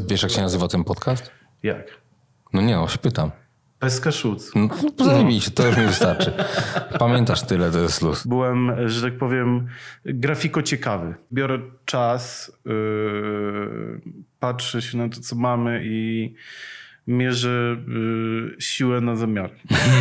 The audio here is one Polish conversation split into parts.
Wiesz, jak się nazywa ten podcast? Jak? No nie, się pytam. Peska Szuc. No, zajmijcie, to już mi wystarczy. Pamiętasz tyle, to jest luz. Byłem, że tak powiem, grafiko ciekawy. Biorę czas, patrzę się na to, co mamy i mierzę siłę na zamiar.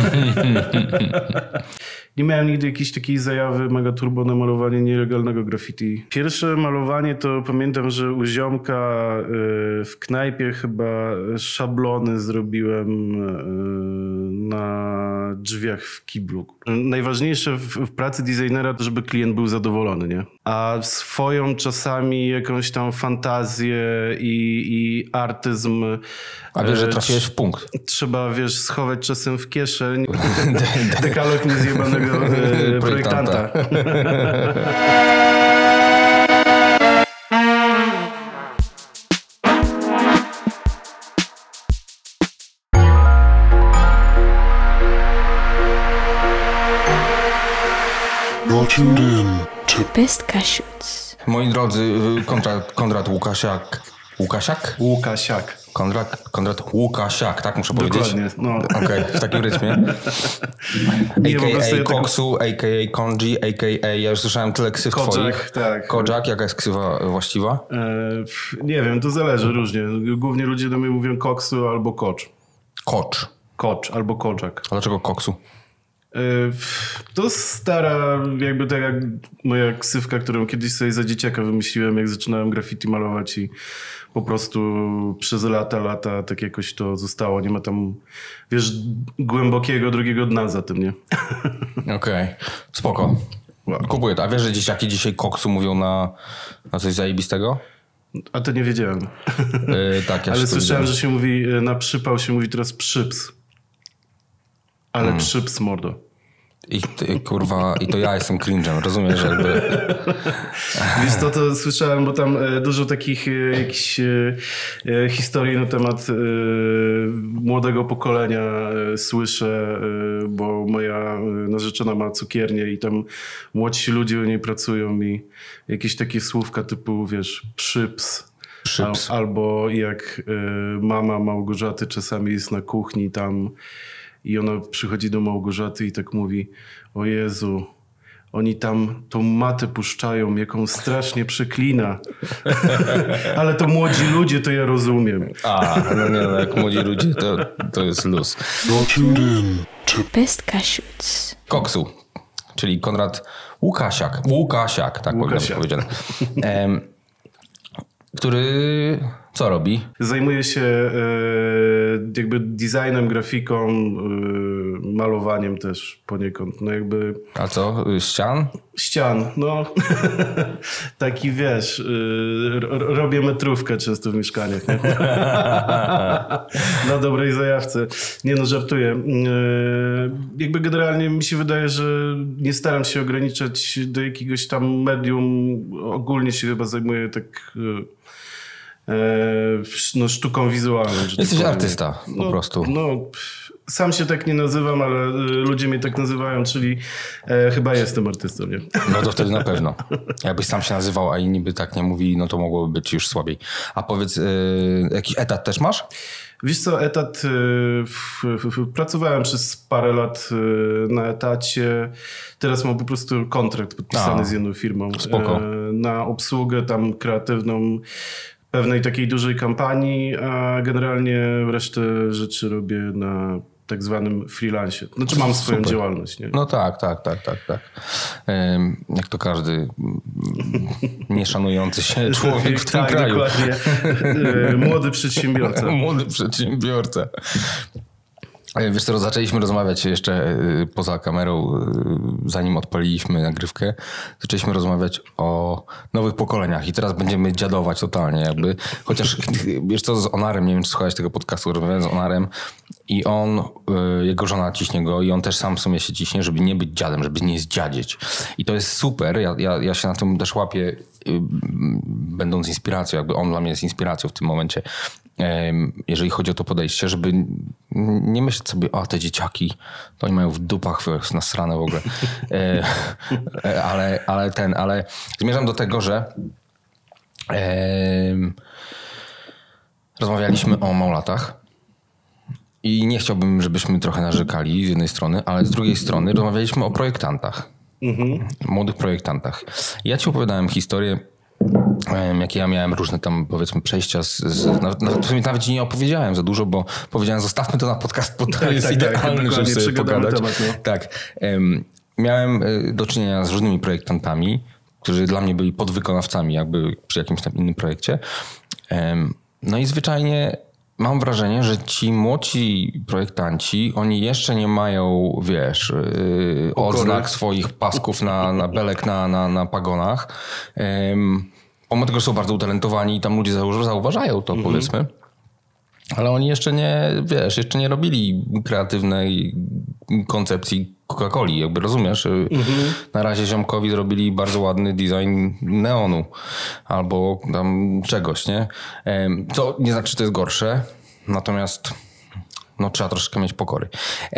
Nie miałem nigdy jakiejś takiej zajawy mega turbo na malowanie nielegalnego graffiti. Pierwsze malowanie to pamiętam, że u ziomka w knajpie chyba szablony zrobiłem na drzwiach w kiblu. Najważniejsze w pracy designera to, żeby klient był zadowolony, nie? A swoją czasami jakąś tam fantazję i artyzm... A wiesz, że trafiłeś w punkt. Trzeba, wiesz, schować czasem w kieszeń dekalog niezjebanego projektanta. Peska Szuc. Moi drodzy, Konrad Łukasiak. Łukasiak? Łukasiak. Konrad Łukasiak, tak muszę powiedzieć? Dokładnie, no. Okej, w takim rytmie. A.k.a. Koksu, a.k.a. Konji, a.k.a. ja już słyszałem tyle ksyw twoich. Tak. Kozak, jaka jest ksywa właściwa? Nie wiem, to zależy różnie. Głównie ludzie do mnie mówią koksu albo kocz. Kocz. Kocz albo koczak. A dlaczego koksu? To stara, jakby tak jak moja ksywka, którą kiedyś sobie za dzieciaka wymyśliłem, jak zaczynałem graffiti malować i po prostu przez lata tak jakoś to zostało. Nie ma tam, wiesz, głębokiego drugiego dna za tym, nie? Okej, spoko. Wow. Kupuję to. A wiesz, że dzieciaki dzisiaj koksu mówią na coś zajebistego? A to nie wiedziałem. Tak, ja ale słyszałem, że się mówi, na przypał się mówi teraz przyps. Ale przyps, mordo. I to ja jestem cringe'em, rozumiesz? Jakby... Wiesz to słyszałem, bo tam dużo takich jakichś historii na temat młodego pokolenia słyszę, bo moja narzeczona ma cukiernię i tam młodsi ludzie u niej pracują i jakieś takie słówka typu, wiesz, przyps. Albo jak mama Małgorzaty czasami jest na kuchni tam i ona przychodzi do Małgorzaty i tak mówi: o Jezu, oni tam tą matę puszczają, jaką strasznie przeklina. Ale to młodzi ludzie, to ja rozumiem. No nie, no jak młodzi ludzie, to jest luz. Peska Szuc. Koksu, czyli Konrad Łukasiak, tak powinno być powiedziane. Który co robi? Zajmuje się jakby designem, grafiką, malowaniem też poniekąd. No jakby... A co? Ścian? Ścian, no. Taki wiesz, robię metrówkę często w mieszkaniach. Nie? Na dobrej zajawce. Nie no, żartuję. Jakby generalnie mi się wydaje, że nie staram się ograniczać do jakiegoś tam medium. Ogólnie się chyba zajmuję tak... sztuką wizualną. Jesteś artysta po prostu. No, sam się tak nie nazywam, ale ludzie mnie tak nazywają, czyli chyba jestem artystą, nie? No to wtedy na pewno. Jakbyś sam się nazywał, a inni by tak nie mówili, no to mogłoby być już słabiej. A powiedz, jakiś etat też masz? Wiesz co, etat... Pracowałem przez parę lat na etacie. Teraz mam po prostu kontrakt podpisany z jedną firmą. Spoko. Na obsługę tam kreatywną pewnej takiej dużej kampanii, a generalnie resztę rzeczy robię na tak zwanym freelancie. Znaczy mam swoją działalność. Nie? No tak. Jak to każdy nieszanujący się człowiek w tym kraju. Dokładnie. Młody przedsiębiorca. Młody przedsiębiorca. Wiesz co, zaczęliśmy rozmawiać jeszcze poza kamerą, zanim odpaliliśmy nagrywkę, zaczęliśmy rozmawiać o nowych pokoleniach i teraz będziemy dziadować totalnie jakby. Chociaż wiesz co, z Onarem, nie wiem czy słuchałeś tego podcastu, rozmawiałem z Onarem i on, jego żona ciśnie go i on też sam w sumie się ciśnie, żeby nie być dziadem, żeby nie zdziadzieć. I to jest super, ja się na tym też łapię, będąc inspiracją, jakby on dla mnie jest inspiracją w tym momencie. Jeżeli chodzi o to podejście, żeby nie myśleć sobie, te dzieciaki, to oni mają w dupach nasrane w ogóle. Ale zmierzam do tego, że rozmawialiśmy o małolatach i nie chciałbym, żebyśmy trochę narzekali z jednej strony, ale z drugiej strony rozmawialiśmy o projektantach. Młodych projektantach. Ja ci opowiadałem historię, jakie ja miałem różne tam, powiedzmy, przejścia nawet ci nie opowiedziałem za dużo, bo powiedziałem, zostawmy to na podcast, bo to jest idealne, żeby sobie pogadać. Temat, no. Tak. Miałem do czynienia z różnymi projektantami, którzy dla mnie byli podwykonawcami jakby przy jakimś tam innym projekcie. No i zwyczajnie mam wrażenie, że ci młodzi projektanci, oni jeszcze nie mają, wiesz, odznak swoich pasków na belek na pagonach. Pomimo tego, że są bardzo utalentowani i tam ludzie zauważają to, powiedzmy. Ale oni jeszcze nie, wiesz, jeszcze nie robili kreatywnej koncepcji Coca-Coli, jakby rozumiesz. Na razie ziomkowi zrobili bardzo ładny design neonu albo tam czegoś, nie? Co nie znaczy, że to jest gorsze, natomiast no, trzeba troszkę mieć pokory.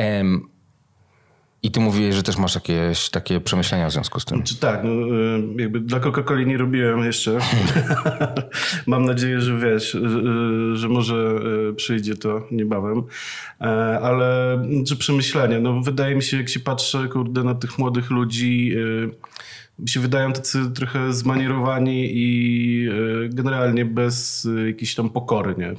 I ty mówiłeś, że też masz jakieś takie przemyślenia w związku z tym. Tak, no, jakby dla Coca-Coli nie robiłem jeszcze. Mam nadzieję, że wiesz, że może przyjdzie to niebawem. Ale czy przemyślenia? No wydaje mi się, jak się patrzę, kurde, na tych młodych ludzi, się wydają tacy trochę zmanierowani i generalnie bez jakiejś tam pokory, nie?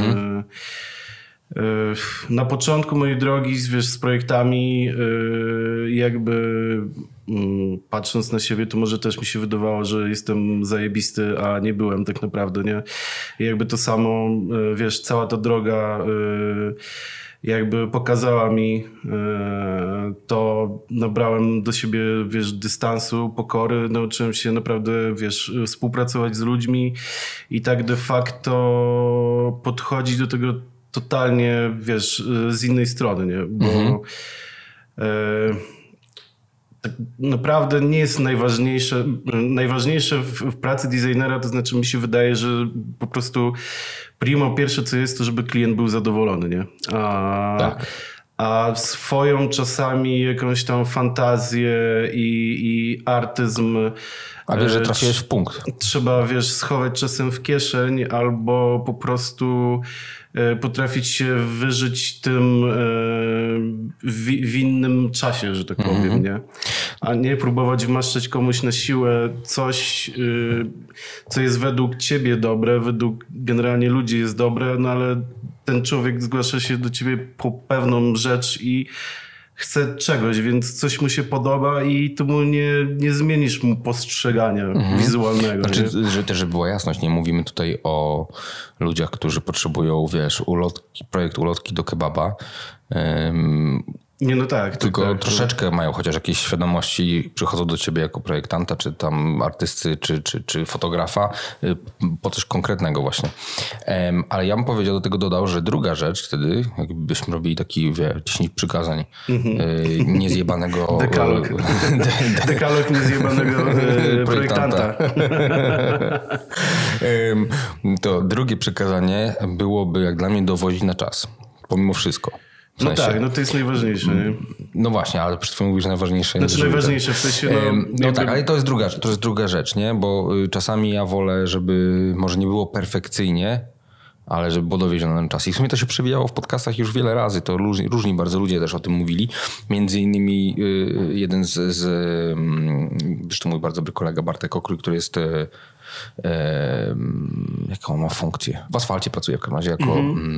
Na początku mojej drogi, wiesz, z projektami, jakby patrząc na siebie, to może też mi się wydawało, że jestem zajebisty, a nie byłem tak naprawdę, nie? I jakby to samo, wiesz, cała ta droga jakby pokazała mi to, nabrałem do siebie, wiesz, dystansu, pokory, nauczyłem się naprawdę, wiesz, współpracować z ludźmi i tak de facto podchodzić do tego totalnie, wiesz, z innej strony, nie? Bo tak naprawdę nie jest najważniejsze. Najważniejsze w pracy designera, to znaczy mi się wydaje, że po prostu pierwsze co jest, to żeby klient był zadowolony, nie? A swoją czasami jakąś tam fantazję i artyzm. A wiesz, że trafiłeś w punkt. Trzeba, wiesz, schować czasem w kieszeń albo po prostu potrafić się wyżyć tym w innym czasie, że tak powiem, nie? A nie próbować wmaszczać komuś na siłę coś, co jest według ciebie dobre, według generalnie ludzi jest dobre, no ale ten człowiek zgłasza się do ciebie po pewną rzecz i chce czegoś, więc coś mu się podoba i tu mu nie zmienisz mu postrzegania wizualnego. Znaczy, żeby była jasność, nie mówimy tutaj o ludziach, którzy potrzebują, wiesz, projekt ulotki do kebaba. Nie, no tak. Tylko tak, troszeczkę mają chociaż jakieś świadomości, przychodzą do ciebie jako projektanta, czy tam artysty, czy fotografa, po coś konkretnego właśnie. Ale ja bym powiedział, do tego dodał, że druga rzecz wtedy, jakbyśmy robili taki, 10 przykazań niezjebanego... Dekalog. Dekalog niezjebanego projektanta. To drugie przykazanie byłoby, jak dla mnie, dowozić na czas. Pomimo wszystko. W sensie, no tak, no to jest najważniejsze. Nie? No właśnie, ale przed chwilą mówisz najważniejsze. Znaczy najważniejsze w sensie... No tak, ale to jest druga rzecz, nie? Bo czasami ja wolę, żeby może nie było perfekcyjnie, ale żeby było dowiezione na czas. I w sumie to się przewijało w podcastach już wiele razy. To różni bardzo ludzie też o tym mówili. Między innymi jeden zresztą mój bardzo dobry kolega Bartek Okrój, który jest... jaką on ma funkcję? W Asfalcie pracuje w każdym razie jako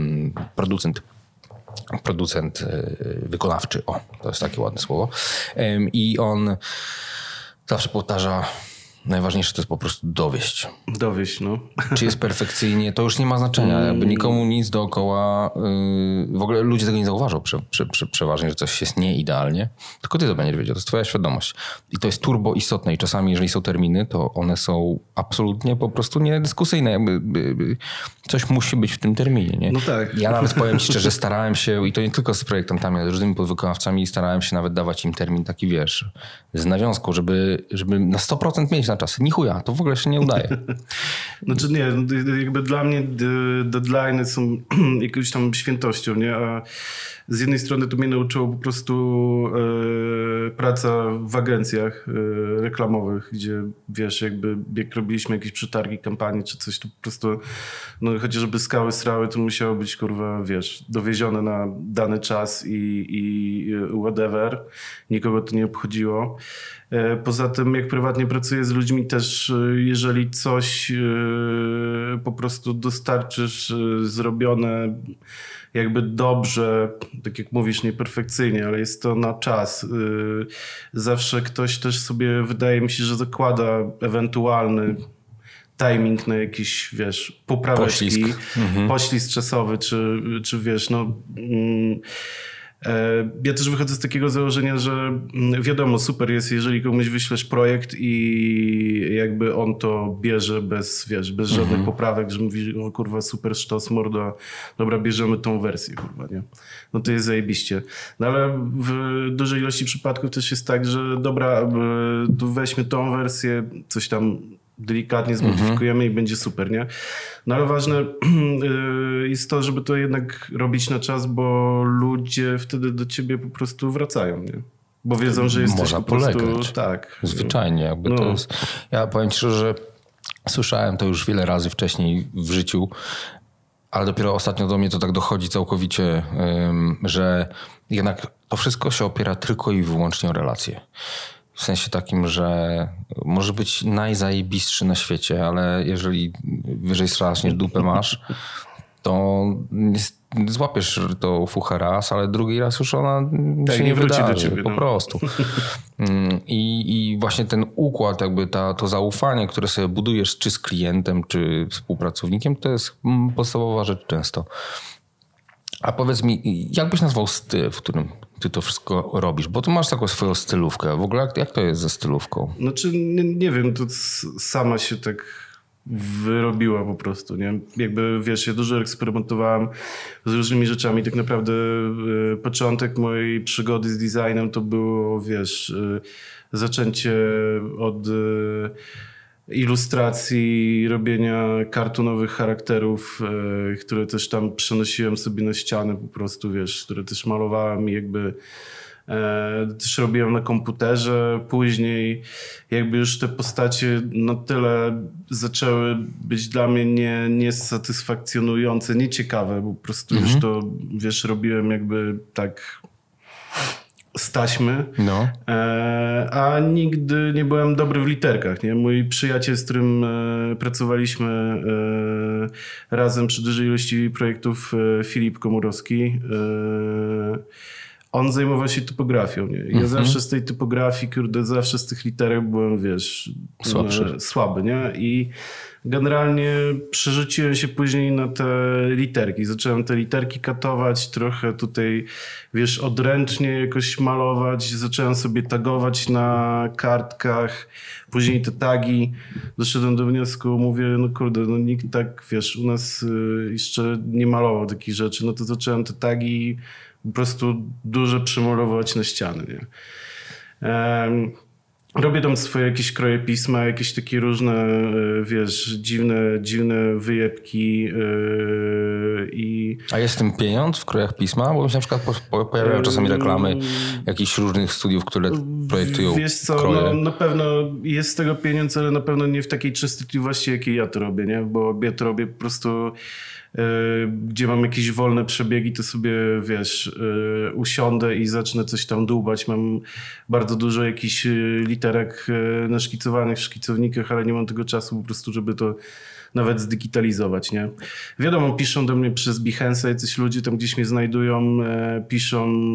producent wykonawczy. O, to jest takie ładne słowo. I on zawsze powtarza, najważniejsze to jest po prostu dowieść. Dowieść, no. Czy jest perfekcyjnie, to już nie ma znaczenia. Jakby nikomu nic dookoła... W ogóle ludzie tego nie zauważą przeważnie, że coś jest nieidealnie. Tylko ty to będziesz wiedział. To jest twoja świadomość. I to jest turbo istotne. I czasami, jeżeli są terminy, to one są absolutnie po prostu niedyskusyjne. Jakby coś musi być w tym terminie, nie? No tak. Ja nawet powiem ci szczerze, starałem się, i to nie tylko z projektantami, ale z różnymi podwykonawcami, starałem się nawet dawać im termin taki, wiesz, z nawiązką, żeby na 100% mieć na czas. Ni chuja, to w ogóle się nie udaje. Znaczy nie, jakby dla mnie deadline'y są jakąś tam świętością, nie? A z jednej strony to mnie nauczyło po prostu praca w agencjach reklamowych, gdzie wiesz, jakby jak robiliśmy jakieś przetargi, kampanii czy coś, to po prostu no chociażby skały srały, to musiało być kurwa, wiesz, dowiezione na dany czas i whatever. Nikogo to nie obchodziło. Poza tym jak prywatnie pracuję z ludźmi też, jeżeli coś po prostu dostarczysz zrobione jakby dobrze, tak jak mówisz, nieperfekcyjnie, ale jest to na czas. Zawsze ktoś też sobie, wydaje mi się, że zakłada ewentualny timing na jakiś, wiesz, popraweczki, poślizg czasowy, czy wiesz, no... Ja też wychodzę z takiego założenia, że wiadomo, super jest, jeżeli komuś wyślesz projekt i jakby on to bierze bez, wiesz, bez żadnych poprawek, że mówi, o kurwa, super sztos, mordo, dobra, bierzemy tą wersję, kurwa, nie? No to jest zajebiście. No ale w dużej ilości przypadków też jest tak, że dobra, tu weźmy tą wersję, coś tam delikatnie zmodyfikujemy i będzie super, nie? No ale ważne jest to, żeby to jednak robić na czas, bo ludzie wtedy do ciebie po prostu wracają, nie? Bo wiedzą, że jesteś Można po prostu... polegać. Tak. Zwyczajnie. Jakby No. to jest... Ja powiem ci szczerze, że słyszałem to już wiele razy wcześniej w życiu, ale dopiero ostatnio do mnie to tak dochodzi całkowicie, że jednak to wszystko się opiera tylko i wyłącznie o relacje. W sensie takim, że może być najzajebistszy na świecie, ale jeżeli wyżej strasznie dupę masz, to złapiesz to fuchę raz, ale drugi raz już ona się nie wróci wydarzy, do ciebie, po prostu. I właśnie ten układ, jakby to zaufanie, które sobie budujesz czy z klientem, czy współpracownikiem, to jest podstawowa rzecz często. A powiedz mi, jak byś nazwał styl, w którym ty to wszystko robisz? Bo ty masz taką swoją stylówkę. W ogóle jak to jest ze stylówką? Znaczy, nie wiem, to sama się tak wyrobiła po prostu, nie? Jakby, wiesz, ja dużo eksperymentowałem z różnymi rzeczami. Tak naprawdę początek mojej przygody z designem to było, wiesz, zaczęcie od ilustracji, robienia kartunowych charakterów, które też tam przenosiłem sobie na ścianę po prostu, wiesz, które też malowałem i jakby też robiłem na komputerze. Później jakby już te postacie na tyle zaczęły być dla mnie niesatysfakcjonujące, nieciekawe, bo po prostu już to, wiesz, robiłem jakby tak z taśmy, No. A nigdy nie byłem dobry w literkach. Nie? Mój przyjaciel, z którym pracowaliśmy razem przy dużej ilości projektów, Filip Komorowski, on zajmował się typografią. Nie? Ja zawsze z tej typografii, zawsze z tych literek byłem, wiesz, słaby. Nie? I generalnie przerzuciłem się później na te literki. Zacząłem te literki katować, trochę tutaj, wiesz, odręcznie jakoś malować. Zacząłem sobie tagować na kartkach. Później te tagi. Doszedłem do wniosku, mówię, no kurde, no nikt tak, wiesz, u nas jeszcze nie malował takich rzeczy. No to zacząłem te tagi po prostu dużo przemalować na ściany, nie? Robię tam swoje jakieś kroje pisma, jakieś takie różne, wiesz, dziwne wyjebki i... A jest w tym pieniądz w krojach pisma? Bo mi się na przykład pojawiają czasami reklamy jakichś różnych studiów, które projektują Wiesz co, kroje. no, na pewno jest z tego pieniądz, ale na pewno nie w takiej częstotliwości, jakiej ja to robię, nie? Bo ja to robię po prostu... gdzie mam jakieś wolne przebiegi, to sobie, wiesz, usiądę i zacznę coś tam dłubać. Mam bardzo dużo jakichś literek naszkicowanych w szkicownikach, ale nie mam tego czasu po prostu, żeby to nawet zdigitalizować, nie? Wiadomo, piszą do mnie przez Behance, jacyś ludzie tam gdzieś mnie znajdują, piszą,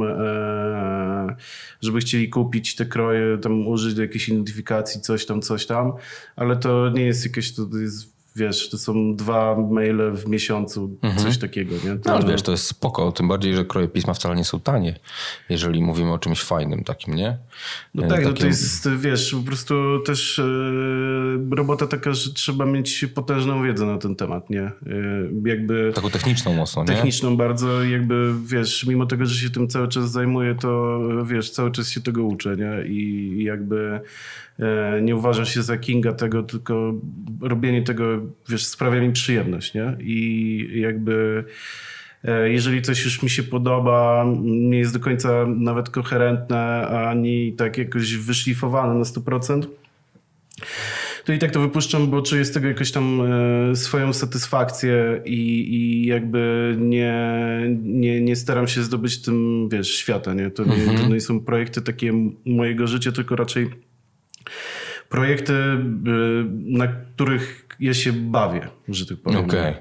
żeby chcieli kupić te kroje, tam użyć do jakiejś identyfikacji, coś tam, ale to nie jest jakieś, to jest, wiesz, to są 2 maile w miesiącu, coś takiego, nie? No ale wiesz, to jest spoko, tym bardziej, że kroje pisma wcale nie są tanie, jeżeli mówimy o czymś fajnym takim, nie? No tak, no to jest, wiesz, po prostu też robota taka, że trzeba mieć potężną wiedzę na ten temat, nie? Jakby... Taką techniczną mocno, nie? Techniczną bardzo, jakby, wiesz, mimo tego, że się tym cały czas zajmuję, to, wiesz, cały czas się tego uczę, nie? I jakby nie uważam się za kinga tego, tylko robienie tego, wiesz, sprawia mi przyjemność, nie? I jakby jeżeli coś już mi się podoba, nie jest do końca nawet koherentne, ani tak jakoś wyszlifowane na 100%, to i tak to wypuszczam, bo czuję z tego jakoś tam swoją satysfakcję i jakby nie staram się zdobyć tym, wiesz, świata, nie? To nie są projekty takie mojego życia, tylko raczej projekty, na których ja się bawię, że tak powiem. Okej.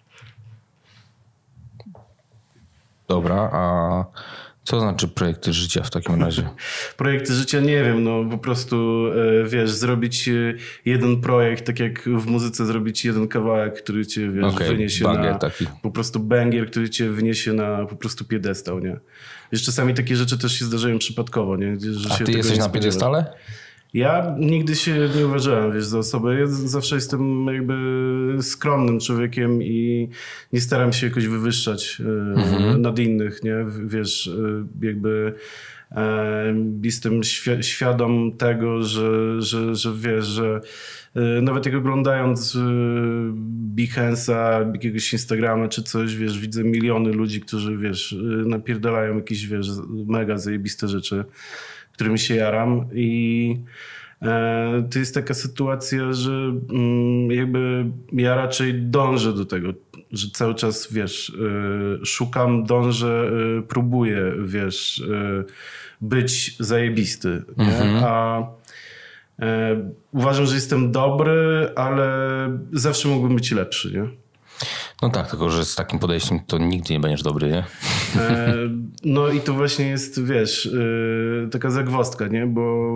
Dobra, a co znaczy projekty życia w takim razie? Projekty życia, nie wiem, no po prostu, wiesz, zrobić jeden projekt, tak jak w muzyce zrobić jeden kawałek, który cię, wiesz, wyniesie banger na... taki. Po prostu banger, który cię wyniesie na po prostu piedestał, nie? Wiesz, czasami takie rzeczy też się zdarzają przypadkowo, nie? Że A się ty tego jesteś nie na spodziewasz. piedestale? Ja nigdy się nie uważałem, wiesz, za osobę. Ja zawsze jestem jakby skromnym człowiekiem i nie staram się jakoś wywyższać nad innych, nie? Wiesz, jakby jestem świadom tego, że wiesz, że nawet jak oglądając Behance'a, jakiegoś Instagrama czy coś, wiesz, widzę miliony ludzi, którzy, wiesz, napierdalają jakieś, wiesz, mega zajebiste rzeczy, którymi się jaram i to jest taka sytuacja, że jakby ja raczej dążę do tego, że cały czas, wiesz, szukam, dążę, próbuję, wiesz, być zajebisty, nie? A uważam, że jestem dobry, ale zawsze mógłbym być lepszy, nie? No tak, tylko że z takim podejściem to nigdy nie będziesz dobry, nie? No i to właśnie jest, wiesz, taka zagwozdka, nie? Bo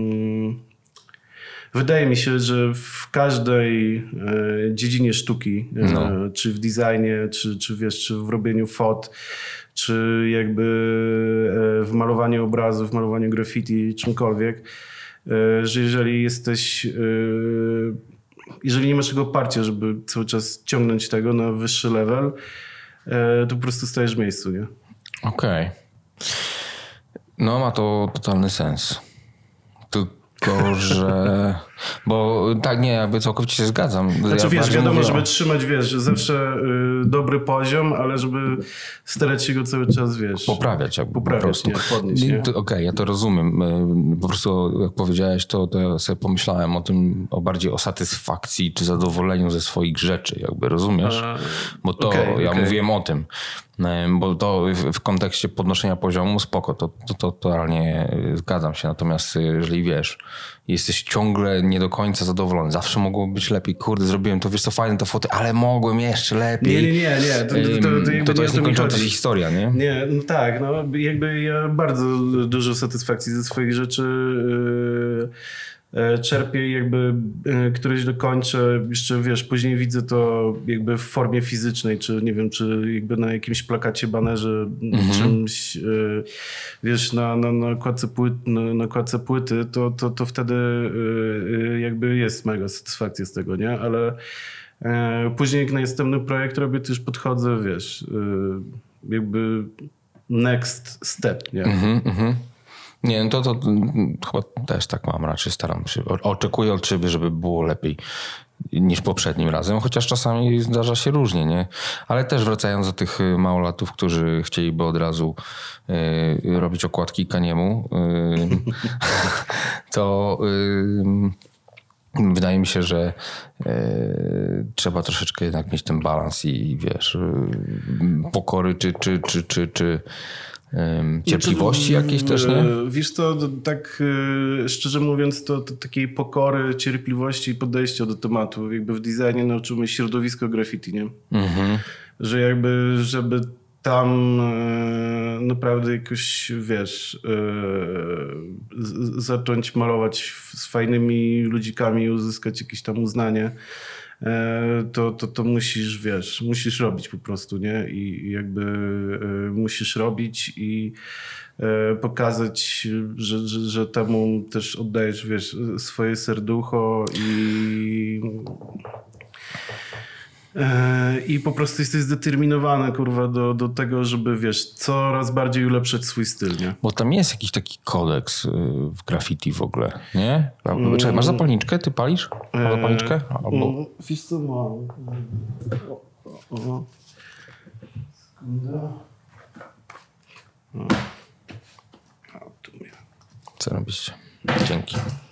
wydaje mi się, że w każdej dziedzinie sztuki, czy w designie, czy wiesz, czy w robieniu fot, czy jakby w malowaniu obrazów, w malowaniu graffiti, czymkolwiek, że jeżeli jesteś... Jeżeli nie masz tego oparcia, żeby cały czas ciągnąć tego na wyższy level, to po prostu stajesz w miejscu, nie? Okej. No ma to totalny sens. Tylko, że... Bo tak, nie, jakby całkowicie się zgadzam. Znaczy wiesz, wiadomo, mówię żeby trzymać, wiesz, zawsze dobry poziom, ale żeby starać się go cały czas, wiesz... Poprawiać jakby po prostu. Nie, podnieść, nie? Okej, ja to rozumiem. Po prostu jak powiedziałeś, to ja sobie pomyślałem o tym, bardziej o satysfakcji czy zadowoleniu ze swoich rzeczy, jakby rozumiesz? Bo to ja mówiłem o tym. Bo to w kontekście podnoszenia poziomu spoko, to totalnie zgadzam się. Natomiast jeżeli wiesz, jesteś ciągle nie do końca zadowolony, zawsze mogło być lepiej, kurde, zrobiłem to, wiesz co, fajne to foty, ale mogłem jeszcze lepiej. Nie. To jest niekończąca się historia, nie? Nie, no tak, no jakby ja bardzo dużo satysfakcji ze swoich rzeczy czerpię, jakby któreś dokończę, jeszcze wiesz, później widzę to jakby w formie fizycznej, czy nie wiem, czy jakby na jakimś plakacie, banerze, czymś, wiesz, na kładce płyty, to wtedy jakby jest mega satysfakcja z tego, nie? Ale później jak na następny projekt robię, to już podchodzę, wiesz, jakby next step, nie? Nie, no to chyba też tak mam, raczej staram się. Oczekuję od siebie, żeby było lepiej niż poprzednim razem, chociaż czasami zdarza się różnie, nie? Ale też wracając do tych małolatów, którzy chcieliby od razu robić okładki Kaniemu, to wydaje mi się, że trzeba troszeczkę jednak mieć ten balans i wiesz, pokory czy cierpliwości jakiejś też, nie? Wiesz co, tak szczerze mówiąc, to takiej pokory, cierpliwości i podejścia do tematu. Jakby w designie nauczymy środowisko graffiti, nie? Że jakby, żeby tam naprawdę jakoś, wiesz, zacząć malować z fajnymi ludzikami i uzyskać jakieś tam uznanie, to musisz, wiesz, musisz robić po prostu, nie? I jakby musisz robić i pokazać, że temu też oddajesz, wiesz, swoje serducho i I po prostu jesteś zdeterminowany, kurwa, do tego, żeby, wiesz, coraz bardziej ulepszać swój styl, nie? Bo tam jest jakiś taki kodeks w graffiti w ogóle, nie? Czekaj, masz zapalniczkę? Ty palisz? Masz zapalniczkę? Albo... Wiesz co, mam. Tu mnie. Co robicie? Dzięki.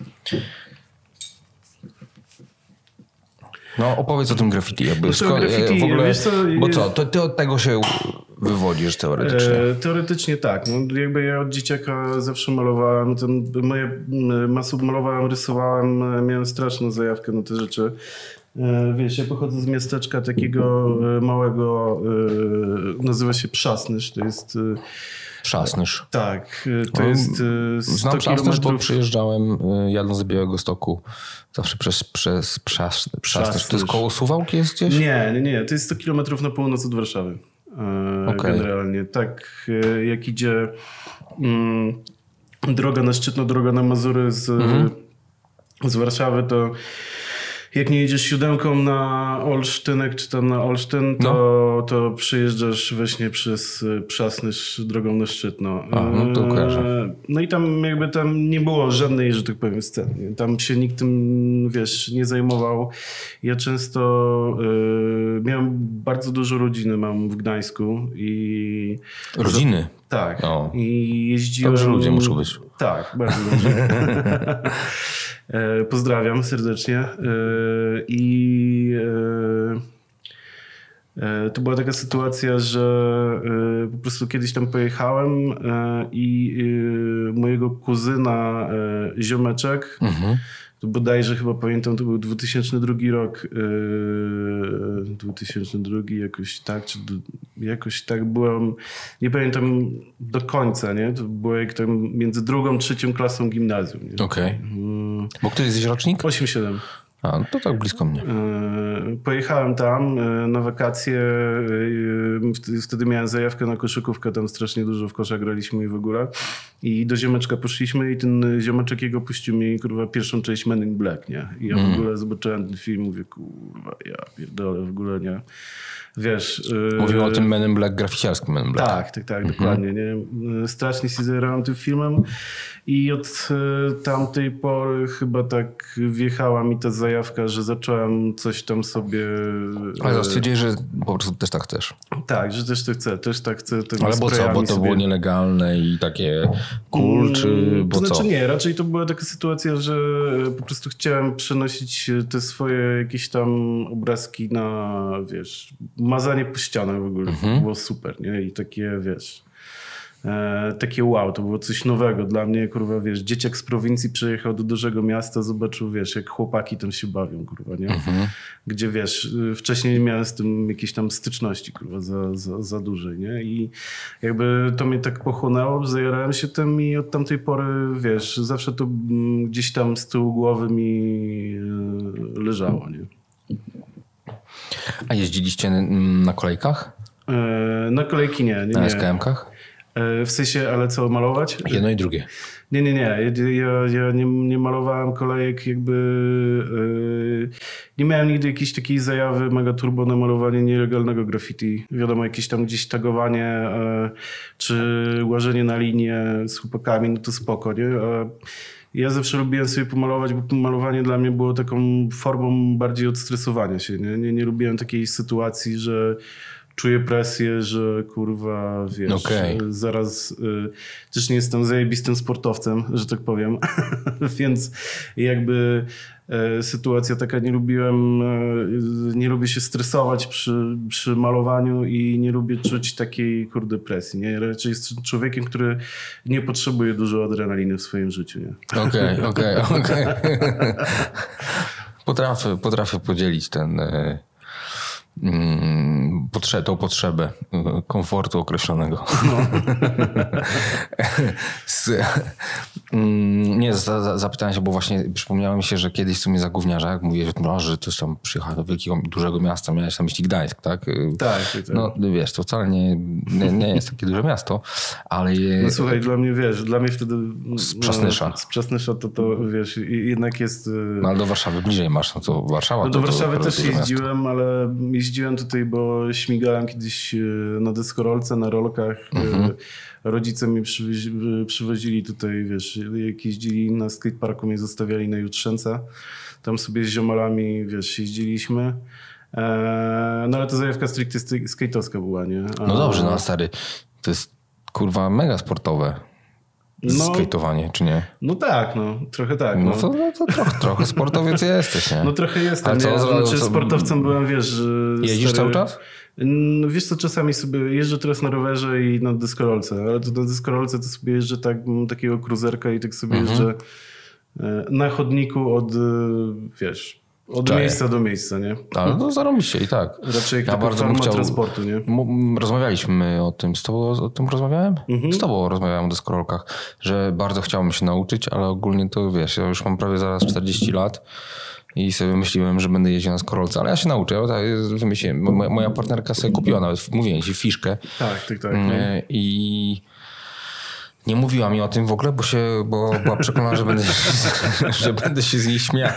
No opowiedz o tym graffiti. Jakby graffiti, w ogóle, wiesz co, bo co, ty od tego się wywodzisz teoretycznie? Teoretycznie tak. No, jakby ja od dzieciaka zawsze malowałem. Moje masy malowałem, rysowałem. Miałem straszną zajawkę na te rzeczy. Wiesz, ja pochodzę z miasteczka takiego małego, nazywa się Przasnysz. To jest... Przasnysz. Tak, to jest 100 Znam Przasnysz, bo kilometrów. przyjeżdżałem jadąc z Białegostoku zawsze przez Przasnysz. To jest koło Suwałki jest gdzieś? Nie. To jest 100 kilometrów na północ od Warszawy. Generalnie. Tak, jak idzie droga na Szczytno, droga na Mazury z Warszawy, to jak nie jedziesz 7 na Olsztynek czy tam na Olsztyn, to przyjeżdżasz właśnie przez Przasnysz drogą na Szczytno. No to kojarzę. No i tam jakby tam nie było żadnej, że tak powiem, sceny. Tam się nikt tym, wiesz, nie zajmował. Ja często miałem bardzo dużo rodziny, mam w Gdańsku i... Rodziny? Tak. O. I jeździłem... Dobrze ludzie muszą być. Tak, bardzo dobrze. Pozdrawiam serdecznie. To była taka sytuacja, że po prostu kiedyś tam pojechałem i mojego kuzyna ziomeczek, to bodajże chyba pamiętam, to był 2002 rok, 2002 jakoś tak, czy jakoś tak byłem, nie pamiętam do końca, nie? To było jak tam między 2. a 3. klasą gimnazjum. Okej. Bo który jesteś rocznik? 8-7. A, no to tak blisko mnie. Pojechałem tam na wakacje. Wtedy miałem zajawkę na koszykówkę. Tam strasznie dużo w kosza graliśmy i w ogóle. I do ziomeczka poszliśmy i ten ziomeczek jego puścił mi, kurwa, pierwszą część Men in Black, nie? I ja w ogóle zobaczyłem ten film, mówię, kurwa, ja pierdolę, w ogóle nie. Wiesz... Mówimy o tym Men in Black, graficiarskim Men in Black. Tak, dokładnie. Nie? Strasznie się zajarałem tym filmem i od tamtej pory chyba tak wjechała mi ta zajawka, że zacząłem coś tam sobie... Ale stwierdziłeś, że po prostu też tak chcesz. Tak, że też to chcę. Też tak chcę. Ale bo co? Bo to było nielegalne i takie cool, czy bo to znaczy co? nie, raczej to była taka sytuacja, że po prostu chciałem przenosić te swoje jakieś tam obrazki na, wiesz, mazanie po ścianach w ogóle. To było super, nie? I takie, wiesz... takie wow, to było coś nowego dla mnie, kurwa, wiesz, dzieciak z prowincji przyjechał do dużego miasta, zobaczył, wiesz, jak chłopaki tam się bawią, kurwa, nie? Gdzie, wiesz, wcześniej nie miałem z tym jakiejś tam styczności, kurwa, za dużej, nie? I jakby to mnie tak pochłonęło, zajarałem się tym i od tamtej pory, wiesz, zawsze to gdzieś tam z tyłu głowy mi leżało, nie? A jeździliście na kolejkach? Na kolejki nie. Na SKM-kach? W sensie, ale co, malować? Jedno i drugie. Nie. Ja nie malowałem kolejek, jakby nie miałem nigdy jakiejś takiej zajawy mega turbo na malowanie nielegalnego graffiti. Wiadomo, jakieś tam gdzieś tagowanie czy łażenie na linię z chłopakami, no to spoko, nie? Ja zawsze lubiłem sobie pomalować, bo malowanie dla mnie było taką formą bardziej odstresowania się. Nie lubiłem takiej sytuacji, że czuję presję, że kurwa, wiesz, zaraz też nie jestem zajebistym sportowcem, że tak powiem, więc jakby sytuacja taka, nie lubię się stresować przy malowaniu i nie lubię czuć takiej, kurde, presji, nie? Raczej jestem człowiekiem, który nie potrzebuje dużo adrenaliny w swoim życiu, nie? Okej. Potrafię podzielić tą potrzebę komfortu określonego. Nie, zapytałem się, bo właśnie przypomniało mi się, że kiedyś w sumie za gówniarza, jak mówiłeś, że coś tam przyjechał do wielkiego, dużego miasta, miałeś na myśli Gdańsk, tak? Tak. No wiesz, to wcale nie jest takie duże miasto, ale No słuchaj, dla mnie wtedy... Z Przasnysza. Z Przasnysza to wiesz, jednak jest... No ale do Warszawy bliżej masz, no to Warszawa... No do Warszawy to też duże miasto. jeździłem, ale jeździłem tutaj, bo śmigałem kiedyś na deskorolce, na rolkach. Rodzice mi przywozili tutaj, wiesz, jak jeździli na skateparku, mnie zostawiali na Jutrzęce. Tam sobie z ziomalami, wiesz, jeździliśmy. No ale to zajawka stricte skate'owska była, nie? No dobrze, no stary, to jest kurwa mega sportowe. Skejtowanie, czy nie? No tak, no. Trochę tak. No to trochę sportowiec jesteś, nie? No trochę jestem, ale nie? co, Znaczy sportowcem byłem, wiesz... Jeździsz cały czas? No wiesz co, czasami sobie jeżdżę teraz na rowerze i na deskorolce, ale to na deskorolce to sobie jeżdżę tak, mam takiego cruzerka i tak sobie jeżdżę na chodniku od, wiesz, od miejsca do miejsca, nie? Ale to zarobiście i tak. Raczej jak taka forma transportu, nie? Rozmawialiśmy o tym, z tobą o tym rozmawiałem? Z tobą rozmawiałem o deskorolkach, że bardzo chciałbym się nauczyć, ale ogólnie to wiesz, ja już mam prawie zaraz 40 lat. I sobie myśliłem, że będę jeździł na skorolce, ale ja się nauczę. Wymyśliłem. Moja partnerka sobie kupiła nawet, mówiłem ci, fiszkę. Tak. I nie mówiła mi o tym w ogóle, bo była przekonana, że będę się z niej śmiał.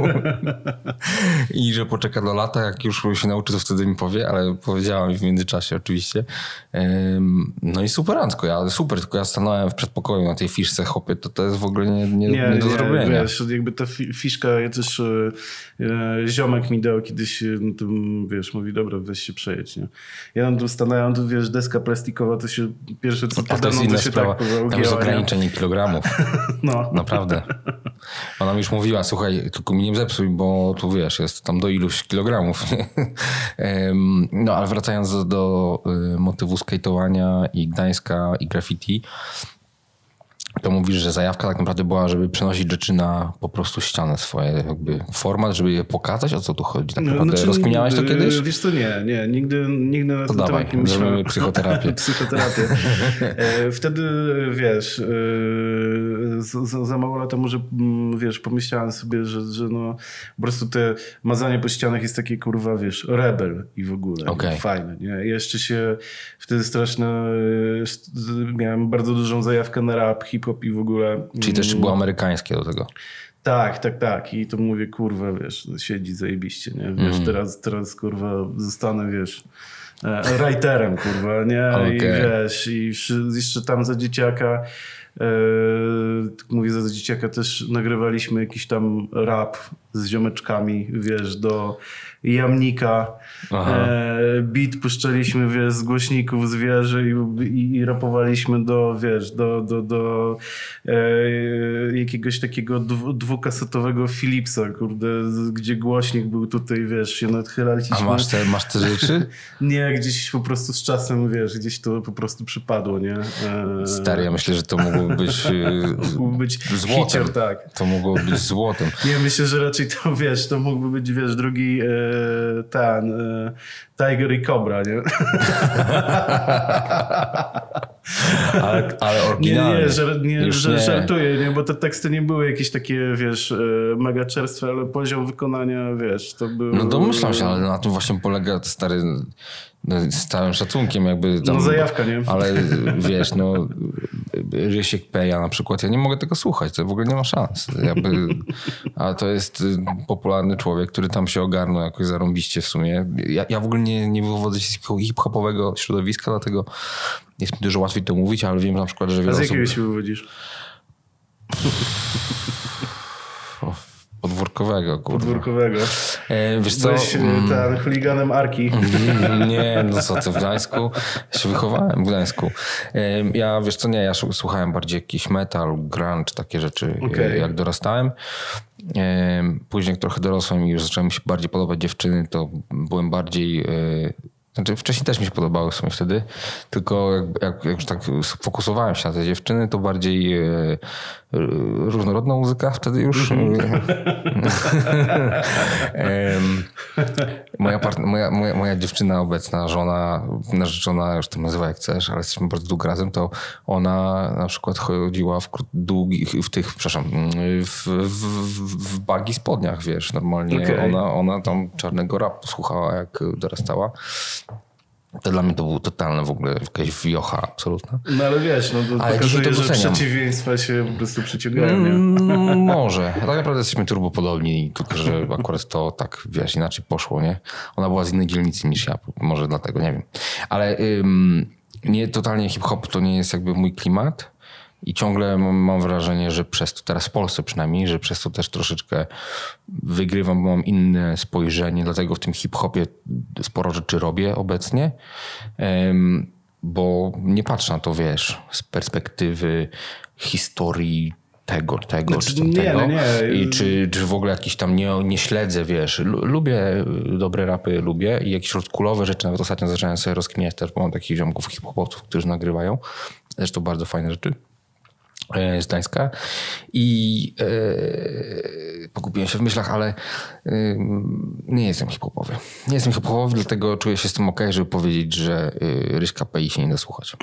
I że poczeka do lata, jak już się nauczy, to wtedy mi powie, ale powiedziała mi w międzyczasie oczywiście. No i superancko, tylko ja stanąłem w przedpokoju na tej fiszce, chłopie, to jest w ogóle nie do zrobienia. Wiesz, jakby ta fiszka, ja też ziomek mi dał kiedyś, no to, wiesz, mówi, dobra, weź się przejedź, nie? Ja tam stanąłem, tu wiesz, deska plastikowa, to się pierwsze co to jest inna sprawa. tak tam jest ograniczenie kilogramów. No. Naprawdę. Ona mi już mówiła, słuchaj, tylko mi nie zepsuj, bo tu wiesz, jest tam do iluś kilogramów. No, ale wracając do motywu skejtowania i Gdańska i graffiti, to mówisz, że zajawka tak naprawdę była, żeby przenosić rzeczy na po prostu ścianę swoje, jakby format, żeby je pokazać, o co tu chodzi. Tak naprawdę rozkminiałeś to kiedyś? Wiesz co, nie. Nigdy na ten temat nie myślałem. Zrobimy psychoterapię. Wtedy, wiesz, za mało lat temu, że wiesz, pomyślałem sobie, że no po prostu te mazanie po ścianach jest takie, kurwa, wiesz, rebel i w ogóle. Okay. Fajne, nie? Jeszcze się wtedy strasznie miałem bardzo dużą zajawkę na rap, hip-hop i w ogóle. Czyli też było amerykańskie do tego. Tak. I to mówię, kurwa, wiesz, siedzi zajebiście, nie? Wiesz, teraz kurwa, zostanę, wiesz, writerem, kurwa, nie? Okay. I wiesz, i jeszcze tam za dzieciaka, mówię, za dzieciaka też nagrywaliśmy jakiś tam rap z ziomeczkami, wiesz, do jamnika. Beat puszczaliśmy, wiesz, z głośników z wieży i rapowaliśmy do, wiesz, do jakiegoś takiego dwukasetowego Philipsa, kurde, gdzie głośnik był tutaj, wiesz, się nadchylaliśmy. A masz te rzeczy? Nie, gdzieś po prostu z czasem, wiesz, gdzieś to po prostu przypadło, nie? Stary, ja myślę, że to mogło być złotem. Hicior, tak. To mogło być złotem. Nie, myślę, że raczej to, wiesz, to mógłby być, wiesz, drugi Tiger i Cobra, nie? ale oryginalnie. Żartuję, nie? Bo te teksty nie były jakieś takie, wiesz, mega czerstwe, ale poziom wykonania, wiesz, to był... No domyślam się, ale na tym właśnie polega stary... Z całym szacunkiem jakby tam, no zajawka, nie? Ale wiesz, no Rysiek Peja na przykład, ja nie mogę tego słuchać, to w ogóle nie ma szans. A to jest popularny człowiek, który tam się ogarnął jakoś zarąbiście w sumie. Ja w ogóle nie wywodzę się z hip-hopowego środowiska, dlatego jest mi dużo łatwiej to mówić, ale wiem na przykład, że wiele osób... A z jakiego się wywodzisz? Podwórkowego, kurwa. Podwórkowego. Wiesz co? Byłeś ten chuliganem Arki. Nie, no co ty, w Gdańsku? Ja się wychowałem w Gdańsku. Ja, wiesz co, ja słuchałem bardziej jakiś metal, grunge, takie rzeczy, jak dorastałem. Później jak trochę dorosłem i już zaczęły mi się bardziej podobać dziewczyny, to byłem bardziej Znaczy wcześniej też mi się podobały w sumie wtedy, tylko jak już tak fokusowałem się na te dziewczyny, to bardziej różnorodna muzyka wtedy już. Moja dziewczyna obecna, żona, narzeczona, już to nazywa jak chcesz, ale jesteśmy bardzo długo razem, to ona na przykład chodziła w baggy spodniach, wiesz, normalnie. Okay. Ona tam czarnego rapu słuchała, jak dorastała. To dla mnie to był totalny w ogóle jakaś wiocha absolutna. No ale wiesz, no to ale pokazuje, to że doceniam. przeciwieństwa się po prostu przyciągają, nie? Może. Tak naprawdę jesteśmy turbopodobni, tylko że akurat to tak, wiesz, inaczej poszło, nie? Ona była z innej dzielnicy niż ja, może dlatego, nie wiem. Ale nie, totalnie hip-hop to nie jest jakby mój klimat. I ciągle mam wrażenie, że przez to, teraz w Polsce przynajmniej, że przez to też troszeczkę wygrywam, bo mam inne spojrzenie, dlatego w tym hip-hopie sporo rzeczy robię obecnie, bo nie patrzę na to, wiesz, z perspektywy historii tego, Znaczy, czy tamtego. Nie. I czy w ogóle jakiś tam nie śledzę, wiesz. Lubię dobre rapy, lubię i jakieś oldschoolowe rzeczy. Nawet ostatnio zacząłem sobie rozkminiać też, bo mam takich ziomków hip-hopowców, którzy nagrywają. Zresztą bardzo fajne rzeczy. Z Gdańska i pogubiłem się w myślach, ale nie jestem hip-hopowy. Nie jestem hip-hopowy, dlatego czuję się z tym okej, żeby powiedzieć, że Ryśka Pei się nie da słuchać.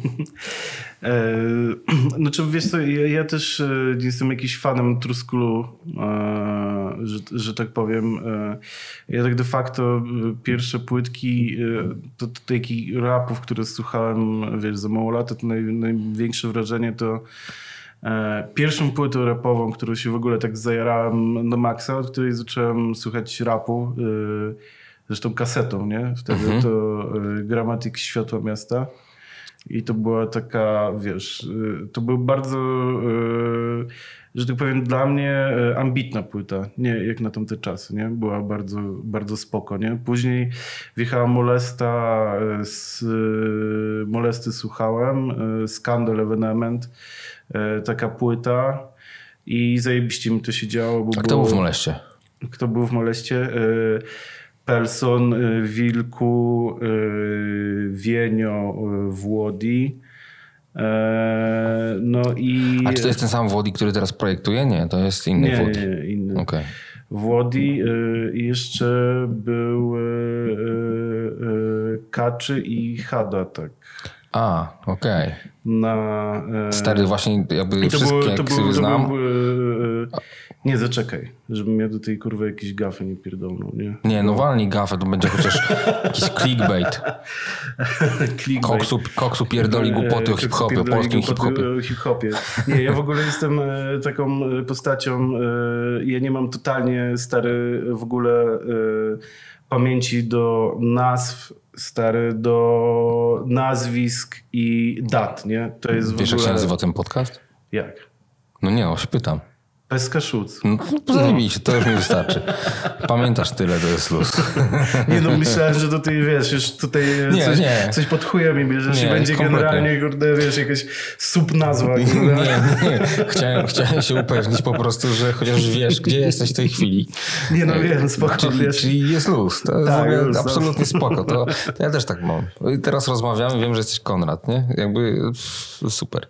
Znaczy wiesz co, ja też nie jestem jakiś fanem Truskulu, że tak powiem. Ja tak de facto pierwsze płytki to takich rapów, które słuchałem, wiesz, za mało lat, to największe wrażenie to pierwszą płytą rapową, którą się w ogóle tak zajarałem na maksa, od której zacząłem słuchać rapu, zresztą kasetą, nie? Wtedy to Gramatik Światła Miasta. I to była taka, wiesz, to był bardzo, że tak powiem, dla mnie ambitna płyta, nie jak na tamte czasy, nie? Była bardzo, bardzo spoko, nie? Później wjechała Molesta, Molesty słuchałem, Skandal Evenement, taka płyta i zajebiście mi to się działo. A kto był w Moleście? Kto był w Moleście? Pelson, Wilku, Wienio, Włodi. No i... A czy to jest ten sam Włodi, który teraz projektuje? Nie, to jest inny Włodi. Nie, inny. Okay. Włodi i jeszcze był Kaczy i Hada, tak. A, okej. Stary, właśnie jakby wszystkie ksywy znam. Nie, zaczekaj, żebym ja do tej kurwy jakieś gafy nie pierdolnął, nie? Nie, no walnij gafę, to będzie chociaż jakiś clickbait. Koksu pierdoli głupoty o hip-hopie, o polskim hip-hopie. Nie, ja w ogóle jestem taką postacią, ja nie mam totalnie, stary, w ogóle pamięci do nazw, stary, do nazwisk i dat, nie? To jest Wiesz, jak się nazywa ten podcast? Jak? No nie, się pytam. Peska Szuc. No zajebiście, to już mi wystarczy. Pamiętasz tyle, to jest luz. Nie no, myślałem, że do tej, wiesz, już tutaj coś pod chujem mi bierzesz i będzie generalnie, kurde, wiesz, jakaś subnazwa. Nie. Chciałem się upewnić po prostu, że chociaż wiesz, gdzie jesteś w tej chwili. Nie no, wiem, spoko, czyli jest luz. To jest tak, w ogóle luz, absolutnie spoko. To ja też tak mam. I teraz rozmawiamy, wiem, że jesteś Konrad, nie? Jakby super.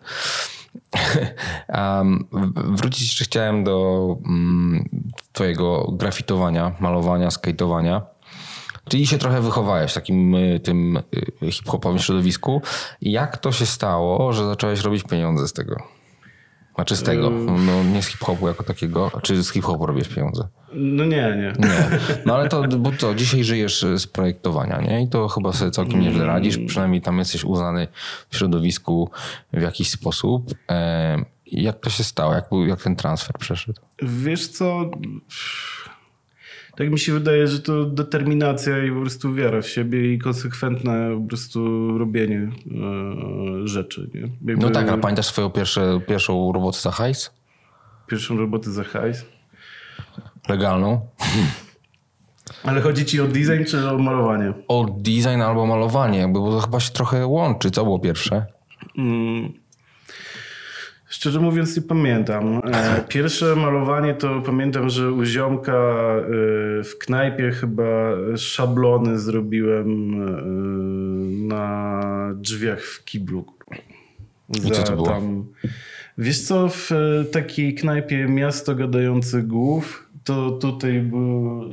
Wrócić jeszcze chciałem do twojego grafitowania, malowania, skejtowania. Czyli się trochę wychowałeś w takim tym hip-hopowym środowisku. Jak to się stało, że zacząłeś robić pieniądze z tego? Znaczy z tego, no nie z hip-hopu jako takiego. Czy z hip-hopu robisz pieniądze? No nie. No ale to, bo co, dzisiaj żyjesz z projektowania, nie? I to chyba sobie całkiem nieźle radzisz. Przynajmniej tam jesteś uznany w środowisku w jakiś sposób. Jak to się stało? Jak ten transfer przeszedł? Wiesz co... Tak mi się wydaje, że to determinacja i po prostu wiara w siebie i konsekwentne po prostu robienie rzeczy. Nie? Jakby... No tak, a pamiętasz swoją pierwszą robotę za hajs? Pierwszą robotę za hajs? Legalną? Ale chodzi ci o design czy o malowanie? O design albo malowanie, bo to chyba się trochę łączy. Co było pierwsze? Szczerze mówiąc nie pamiętam. Pierwsze malowanie to pamiętam, że u ziomka w knajpie chyba szablony zrobiłem na drzwiach w kiblu. I co to było? Wiesz co, w takiej knajpie Miasto Gadających Głów, to tutaj było...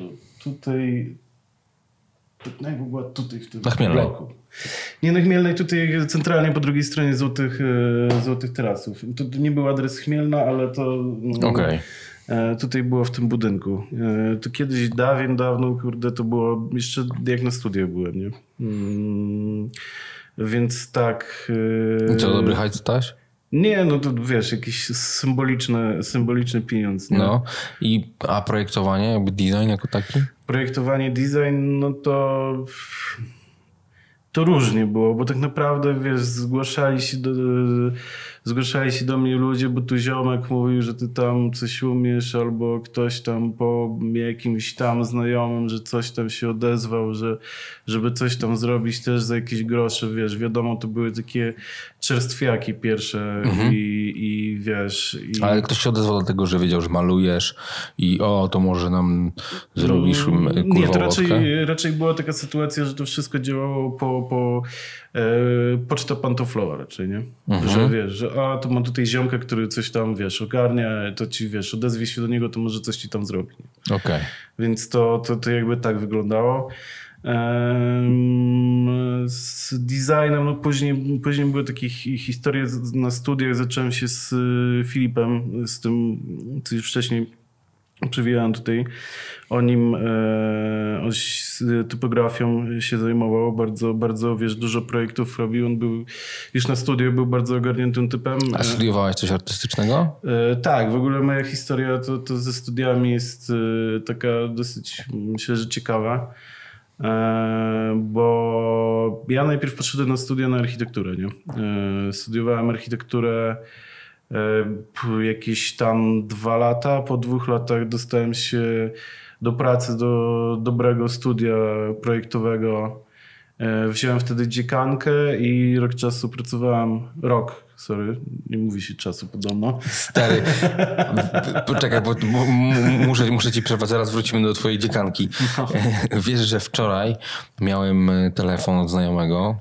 Knajpa była tutaj w tym na Chmielnej. bloku. Nie na Chmielnej, tutaj centralnie po drugiej stronie Złotych Tarasów. To nie był adres Chmielna, ale to tutaj było w tym budynku. To kiedyś dawno, kurde, to było jeszcze jak na studiach byłem, nie? Więc tak... Co, dobry hajs stałeś? Nie, no to wiesz, jakiś symboliczny pieniądz. Nie? No. A projektowanie, jakby design jako taki? Projektowanie, design, no to różnie było, bo tak naprawdę, wiesz, zgłaszali się do mnie ludzie, bo tu ziomek mówił, że ty tam coś umiesz, albo ktoś tam po jakimś tam znajomym, że coś tam się odezwał, żeby coś tam zrobić też za jakieś grosze, wiesz, wiadomo, to były takie czerstwiaki pierwsze i wiesz... Ale ktoś się odezwał do tego, że wiedział, że malujesz i to może nam zrobisz kurwa Nie, to łotkę? raczej była taka sytuacja, że to wszystko działało po poczta pantoflowa raczej, nie? Że wiesz, że to mam tutaj ziomka, który coś tam, wiesz, ogarnia, to ci, wiesz, odezwij się do niego, to może coś ci tam zrobi. Okej. Więc to jakby tak wyglądało. Z designem, no później były takie historie na studiach. Zacząłem się z Filipem, z tym, co już wcześniej przywijałem tutaj. On z typografią się zajmował. Bardzo, bardzo, wiesz, dużo projektów robił. On był już na studiu, był bardzo ogarniętym typem. A studiowałeś coś artystycznego? Tak, w ogóle moja historia to ze studiami jest taka dosyć, myślę, że ciekawa. Bo ja najpierw poszedłem na studia na architekturę, nie? Studiowałem architekturę jakieś tam 2 lata. Po 2 latach dostałem się do pracy do dobrego studia projektowego. Wziąłem wtedy dziekankę i rok czasu pracowałem. Nie mówi się czasu podobno. Stary, poczekaj, bo muszę ci przerwać, zaraz wrócimy do twojej dziekanki. No. Wiesz, że wczoraj miałem telefon od znajomego,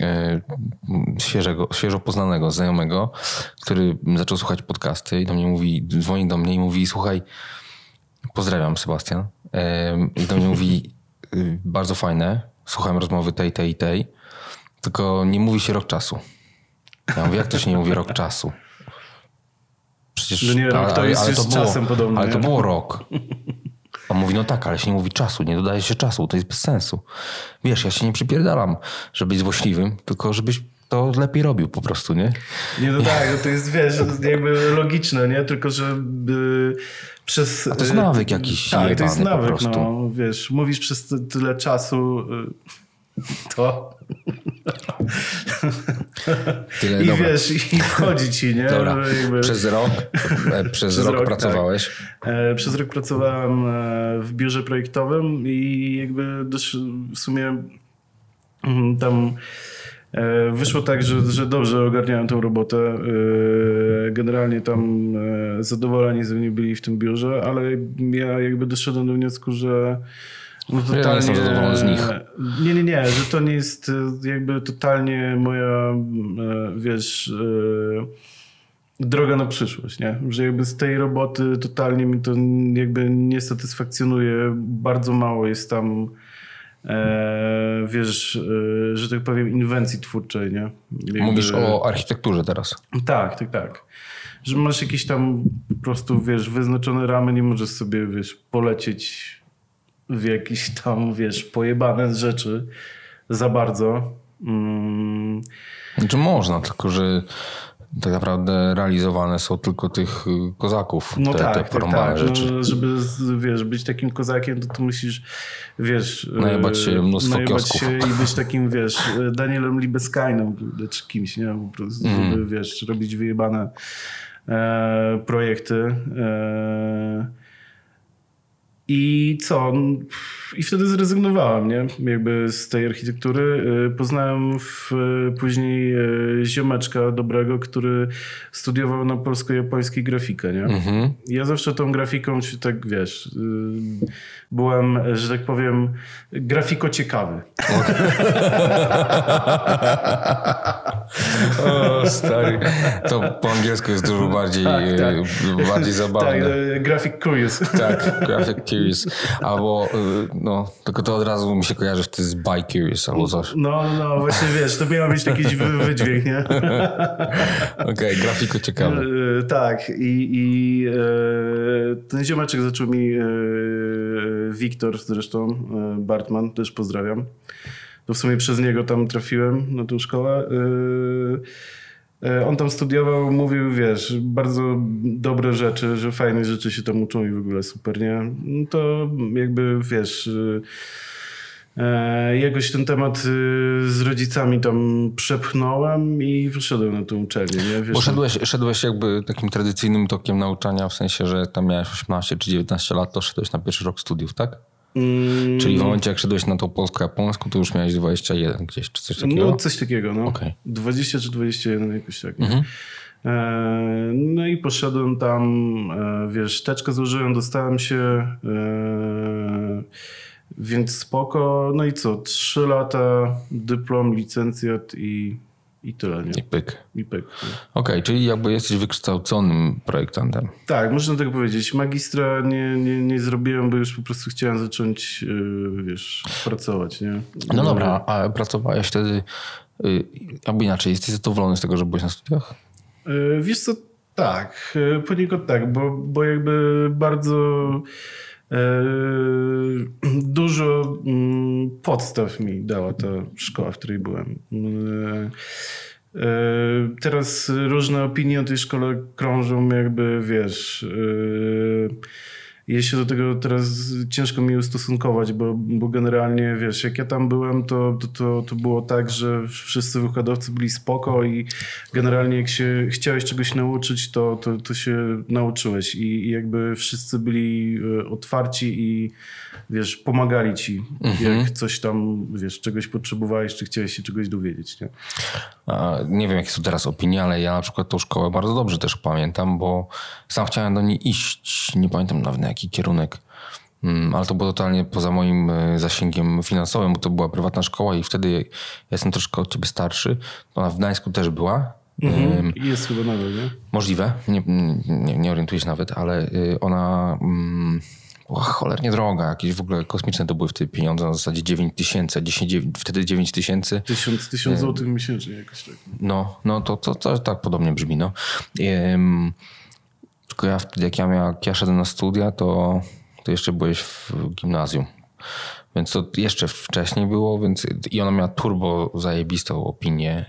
świeżo poznanego znajomego, który zaczął słuchać podcasty i dzwoni do mnie i mówi: słuchaj, pozdrawiam, Sebastian. I do mnie mówi: bardzo fajne, słuchałem rozmowy tej, tylko nie mówi się rok czasu. Ja mówię: jak to się nie mówi rok czasu? Przecież... No nie, rok to jest z czasem podobno. Ale to było rok. A mówi: no tak, ale się nie mówi czasu, nie dodaje się czasu, to jest bez sensu. Wiesz, ja się nie przypierdalam, żeby być złośliwym, tylko żebyś to lepiej robił po prostu, nie? Nie, no tak, no to jest, wiesz, jakby logiczne, nie? Tylko, że przez... A to jest nawyk jakiś. Tak, to jest nawyk, po prostu. No, wiesz, mówisz przez tyle czasu, to... Tyle, I dobra. wiesz, i wchodzi ci, nie? Dobra, jakby... przez rok pracowałeś? Tak. Przez rok pracowałem w biurze projektowym i jakby w sumie tam wyszło tak, że dobrze ogarniałem tę robotę. Generalnie tam zadowoleni ze mnie byli w tym biurze, ale ja jakby doszedłem do wniosku, że no totalnie, ja nie jestem zadowolony z nich. Nie, że to nie jest jakby totalnie moja, wiesz, droga na przyszłość, nie? Że jakby z tej roboty totalnie mi to jakby nie satysfakcjonuje. Bardzo mało jest tam, wiesz, że tak powiem, inwencji twórczej, nie? Jakby... Mówisz o architekturze teraz. Tak. Że masz jakieś tam po prostu, wiesz, wyznaczone ramy, nie możesz sobie, wiesz, polecieć w jakieś tam, wiesz, pojebane rzeczy za bardzo. Znaczy można, tylko że tak naprawdę realizowane są tylko tych kozaków. No te porąbane rzeczy. No, żeby, wiesz, być takim kozakiem, to musisz, wiesz... Najebać się mnóstwo kiosków. Się i być takim, wiesz, Danielem Libeskainem czy kimś, nie? Po prostu, żeby, wiesz, robić wyjebane projekty. I co? I wtedy zrezygnowałem, nie? Jakby z tej architektury. Poznałem później ziomeczka dobrego, który studiował na polsko-japońskiej grafikę, nie? Ja zawsze tą grafiką się tak, wiesz, byłem, że tak powiem, grafiko ciekawy. O, stary. To po angielsku jest dużo bardziej, bardziej zabawne. Tak, graphic curious. Tak, graphic curious. Albo, no, tylko to od razu mi się kojarzy wtedy z bi curious albo coś. No, właśnie wiesz, to miał być jakiś wydźwięk, nie? Okej, grafiko ciekawe. Tak, i ten ziomeczek zaczął mi, Wiktor zresztą, Bartman, też pozdrawiam. To w sumie przez niego tam trafiłem na tę szkołę. On tam studiował, mówił, wiesz, bardzo dobre rzeczy, że fajne rzeczy się tam uczą i w ogóle super, nie? No to jakby, wiesz, jakoś ten temat z rodzicami tam przepchnąłem i wyszedłem na tę uczelnię, nie? Wiesz, Bo szedłeś jakby takim tradycyjnym tokiem nauczania, w sensie, że tam miałeś 18 czy 19 lat, to szedłeś na pierwszy rok studiów, tak? Czyli w momencie, jak szedłeś na to polsko-japońską, to już miałeś 21 gdzieś, czy coś takiego? No, coś takiego, no. Okay. 20 czy 21, jakoś tak. No i poszedłem tam, wiesz, teczkę złożyłem, dostałem się, więc spoko. No i co, 3 lata, dyplom, licencjat i tyle, nie? I pyk. Okej, czyli jakby jesteś wykształconym projektantem. Tak, można tak powiedzieć. Magistra nie zrobiłem, bo już po prostu chciałem zacząć, wiesz, pracować, nie? No dobra, a pracowałeś wtedy, albo inaczej, jesteś zadowolony z tego, że byłeś na studiach? Wiesz co, tak, poniekąd tak, bo jakby bardzo dużo podstaw mi dała ta szkoła, w której byłem. Teraz różne opinie o tej szkole krążą, jakby, wiesz, ja się do tego teraz ciężko mi ustosunkować, bo generalnie, wiesz, jak ja tam byłem, to było tak, że wszyscy wykładowcy byli spoko i generalnie jak się chciałeś czegoś nauczyć, to się nauczyłeś i jakby wszyscy byli otwarci i, wiesz, pomagali ci, jak coś tam, wiesz, czegoś potrzebowałeś, czy chciałeś się czegoś dowiedzieć, nie? Nie wiem, jakie są teraz opinie, ale ja na przykład tą szkołę bardzo dobrze też pamiętam, bo sam chciałem do niej iść. Nie pamiętam nawet na jaki kierunek, ale to było totalnie poza moim zasięgiem finansowym, bo to była prywatna szkoła i wtedy ja jestem troszkę od ciebie starszy. Ona w Gdańsku też była. Jest chyba nawet, nie? Możliwe. Nie orientuję się nawet, ale ona była cholernie droga. Jakieś w ogóle kosmiczne to były wtedy pieniądze, na zasadzie 9 tysięcy, wtedy 9 tysięcy. 1000 złotych miesięcznie jakoś tak. No to tak podobnie brzmi, no. Tylko ja wtedy, jak ja szedłem na studia, to jeszcze byłeś w gimnazjum. Więc to jeszcze wcześniej było, więc i ona miała turbo zajebistą opinię.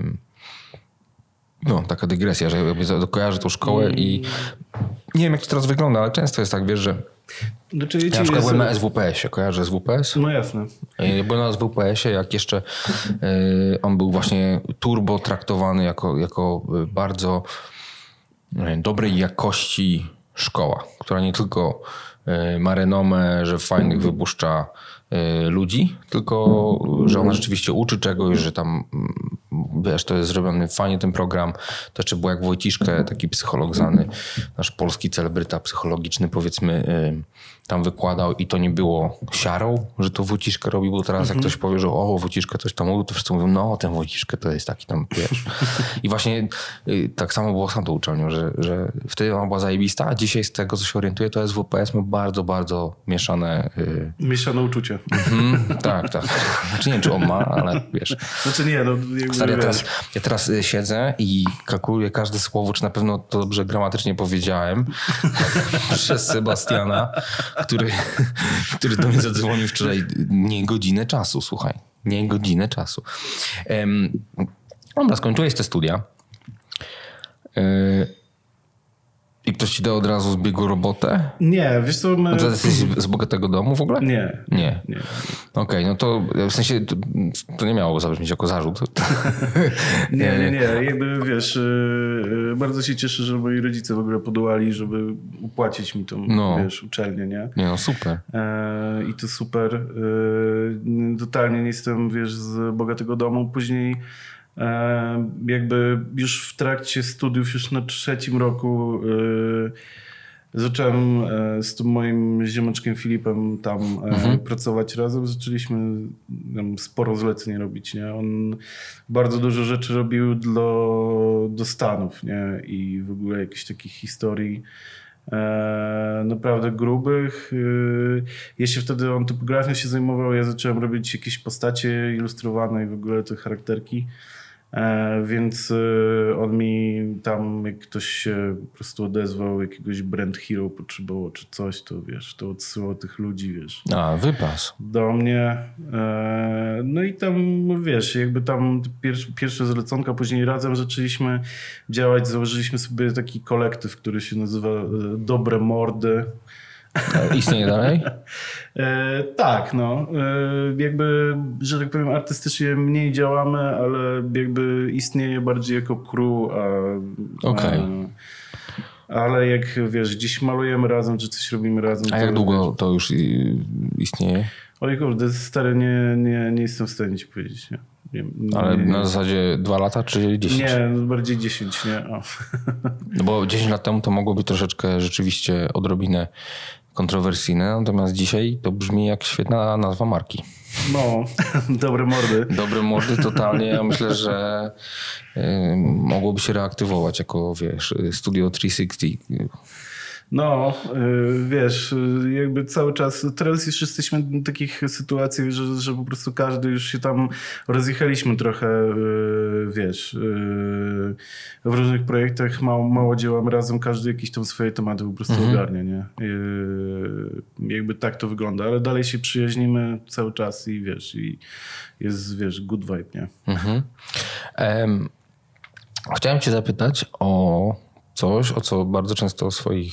No, taka dygresja, że jakby kojarzę tą szkołę i nie wiem, jak to teraz wygląda, ale często jest tak, wiesz, że ja na przykład byłem na SWPS-ie. Kojarzę SWPS? No jasne. Byłem na SWPS-ie, jak jeszcze on był właśnie turbo traktowany jako bardzo dobrej jakości szkoła, która nie tylko ma renomę, że fajnych wypuszcza ludzi, tylko że ona rzeczywiście uczy czegoś, że tam, wiesz, to jest zrobiony fajnie ten program. To jeszcze było jak Wojciszkę, taki psycholog znany, nasz polski celebryta psychologiczny, powiedzmy, tam wykładał i to nie było siarą, że to Wojciszkę robił, bo teraz jak ktoś powie, że Wojciszkę coś tam mówił, to wszyscy mówią, no ten Wojciszkę to jest taki tam, wiesz. I właśnie tak samo było z tą uczelnią, że wtedy ona była zajebista, a dzisiaj z tego, co się orientuję, to SWPS ma bardzo, bardzo mieszane... Mieszane uczucie. Tak. Znaczy nie wiem, czy on ma, ale wiesz. Znaczy nie, no... Stary, ja teraz siedzę i kalkuluję każde słowo, czy na pewno to dobrze gramatycznie powiedziałem przez Sebastiana, który do mnie zadzwonił wczoraj. Nie godzinę czasu, słuchaj. Nie godzinę czasu. Dobra, skończyłeś te studia. I ktoś ci dał od razu z biegu robotę? Nie, wiesz co... No to jesteś z bogatego domu w ogóle? Nie. Okej, no to w sensie to nie miało zabrzmieć jako zarzut. Nie. Jakby wiesz, bardzo się cieszę, że moi rodzice w ogóle podołali, żeby upłacić mi tą, wiesz, uczelnię, nie? Nie, no super. I to super. Totalnie nie jestem, wiesz, z bogatego domu. Później jakby już w trakcie studiów, już na 3. roku zacząłem z tym moim ziomeczkiem Filipem tam pracować razem. Zaczęliśmy tam sporo zleceń robić, nie? On bardzo dużo rzeczy robił do Stanów, nie? I w ogóle jakichś takich historii naprawdę grubych. Ja się wtedy, on typografią się zajmował, ja zacząłem robić jakieś postacie ilustrowane i w ogóle te charakterki. Więc on mi tam, jak ktoś się po prostu odezwał, jakiegoś brand hero potrzebował czy coś, to wiesz, to odsyłał tych ludzi, wiesz. Wypas. Do mnie. No i tam, wiesz, jakby tam pierwsze zleconka, później razem zaczęliśmy działać, założyliśmy sobie taki kolektyw, który się nazywa Dobre Mordy. Istnieje dalej? Tak, no. Jakby, że tak powiem, artystycznie mniej działamy, ale jakby istnieje bardziej jako crew. Ale jak, wiesz, gdzieś malujemy razem, czy coś robimy razem. A jak długo to już istnieje? Oj kurde, stary, nie jestem w stanie ci powiedzieć, nie. Ale na zasadzie 2 lata czy 10? Nie, bardziej 10, nie. No bo 10 lat temu to mogło być troszeczkę rzeczywiście odrobinę kontrowersyjne, natomiast dzisiaj to brzmi jak świetna nazwa marki. No, Dobre Mordy. Dobre Mordy totalnie. Ja myślę, że mogłoby się reaktywować jako, wiesz, Studio 360. No, wiesz, jakby cały czas, teraz już jesteśmy w takich sytuacjach, że po prostu każdy już się tam rozjechaliśmy trochę, wiesz, w różnych projektach mało działamy razem, każdy jakieś tam swoje tematy po prostu ogarnia, nie? Jakby tak to wygląda, ale dalej się przyjaźnimy cały czas i wiesz, i jest, wiesz, good vibe, nie? Chciałem cię zapytać o coś, o co bardzo często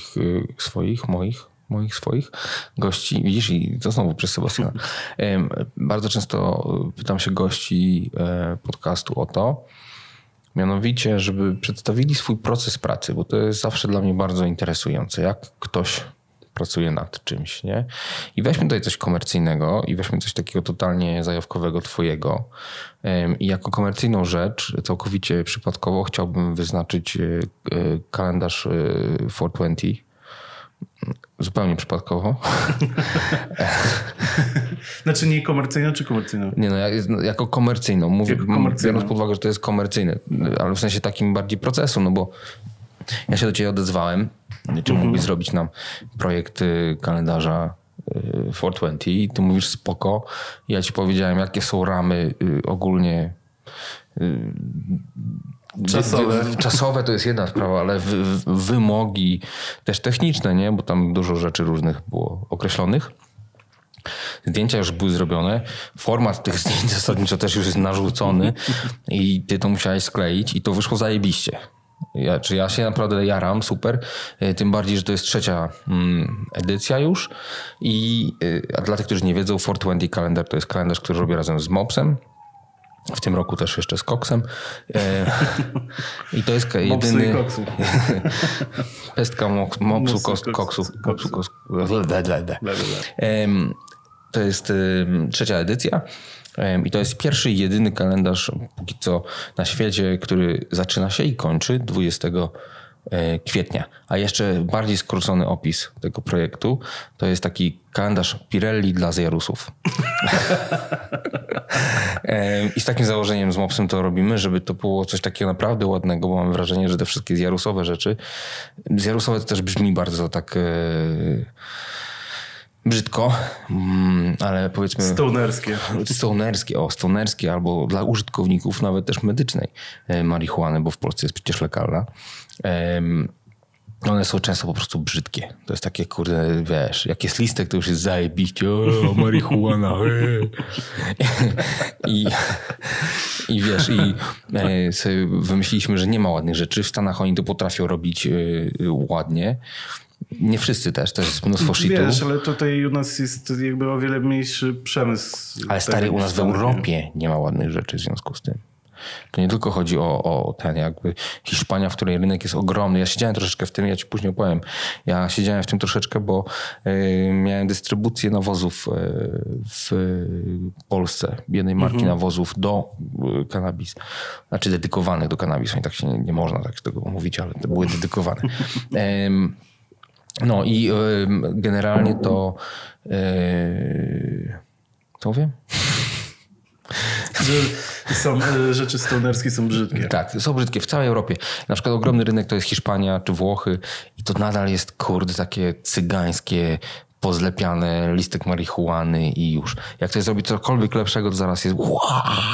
moich gości, widzisz, i to znowu przez Sebastiana, bardzo często pytam się gości podcastu o to, mianowicie, żeby przedstawili swój proces pracy, bo to jest zawsze dla mnie bardzo interesujące, jak ktoś pracuje nad czymś, nie? I weźmy tutaj coś komercyjnego i weźmy coś takiego totalnie zajawkowego twojego. I jako komercyjną rzecz, całkowicie przypadkowo chciałbym wyznaczyć kalendarz 420. Zupełnie przypadkowo. Znaczy nie komercyjną czy komercyjną? Nie no, jako komercyjną. Mówię, biorąc pod uwagę, że to jest komercyjne, ale w sensie takim bardziej procesu, no bo ja się do ciebie odezwałem, czy mógłbyś zrobić nam projekt kalendarza 420 i ty mówisz spoko. Ja ci powiedziałem, jakie są ramy ogólnie czasowe to jest jedna sprawa, ale wymogi też techniczne, nie? Bo tam dużo rzeczy różnych było określonych. Zdjęcia już były zrobione, format tych zdjęć zasadniczo też już jest narzucony i ty to musiałeś skleić i to wyszło zajebiście. Ja się naprawdę jaram, super. Tym bardziej, że to jest 3. edycja już. A dla tych, którzy nie wiedzą, 420 kalendar to jest kalendarz, który robię razem z Mopsem. W tym roku też jeszcze z Koksem. I to jest jedyny... Koksu. Pestka Mopsu, Koksu. To jest 3. edycja. I to jest pierwszy i jedyny kalendarz póki co na świecie, który zaczyna się i kończy 20 kwietnia. A jeszcze bardziej skrócony opis tego projektu to jest taki kalendarz Pirelli dla zjarusów. I z takim założeniem z Mopsem to robimy, żeby to było coś takiego naprawdę ładnego, bo mam wrażenie, że te wszystkie zjarusowe rzeczy, zjarusowe to też brzmi bardzo tak... brzydko, ale powiedzmy... Stonerskie albo dla użytkowników nawet też medycznej marihuany, bo w Polsce jest przecież legalna. one są często po prostu brzydkie. To jest takie, kurde, wiesz, jak jest listek, to już jest zajebiście, o, marihuana. I wiesz, sobie wymyśliliśmy, że nie ma ładnych rzeczy. W Stanach oni to potrafią robić ładnie. Nie wszyscy też, to jest mnóstwo shitu. Wiesz, ale tutaj u nas jest jakby o wiele mniejszy przemysł. Ale stary, u nas w Europie nie ma ładnych rzeczy w związku z tym. To nie tylko chodzi o ten jakby Hiszpania, w której rynek jest ogromny. Ja siedziałem troszeczkę w tym, ja ci później opowiem. Ja siedziałem w tym troszeczkę, bo miałem dystrybucję nawozów w Polsce. Jednej marki nawozów do cannabis. Znaczy dedykowanych do cannabis. Tak się nie można tak tego mówić, ale to były dedykowane. No i generalnie to... Co mówię? Że są, rzeczy stonerskie są brzydkie. Tak, są brzydkie w całej Europie. Na przykład ogromny rynek to jest Hiszpania czy Włochy i to nadal jest, kurde, takie cygańskie, pozlepiane, listek marihuany i już. Jak ktoś zrobi cokolwiek lepszego, to zaraz jest wow.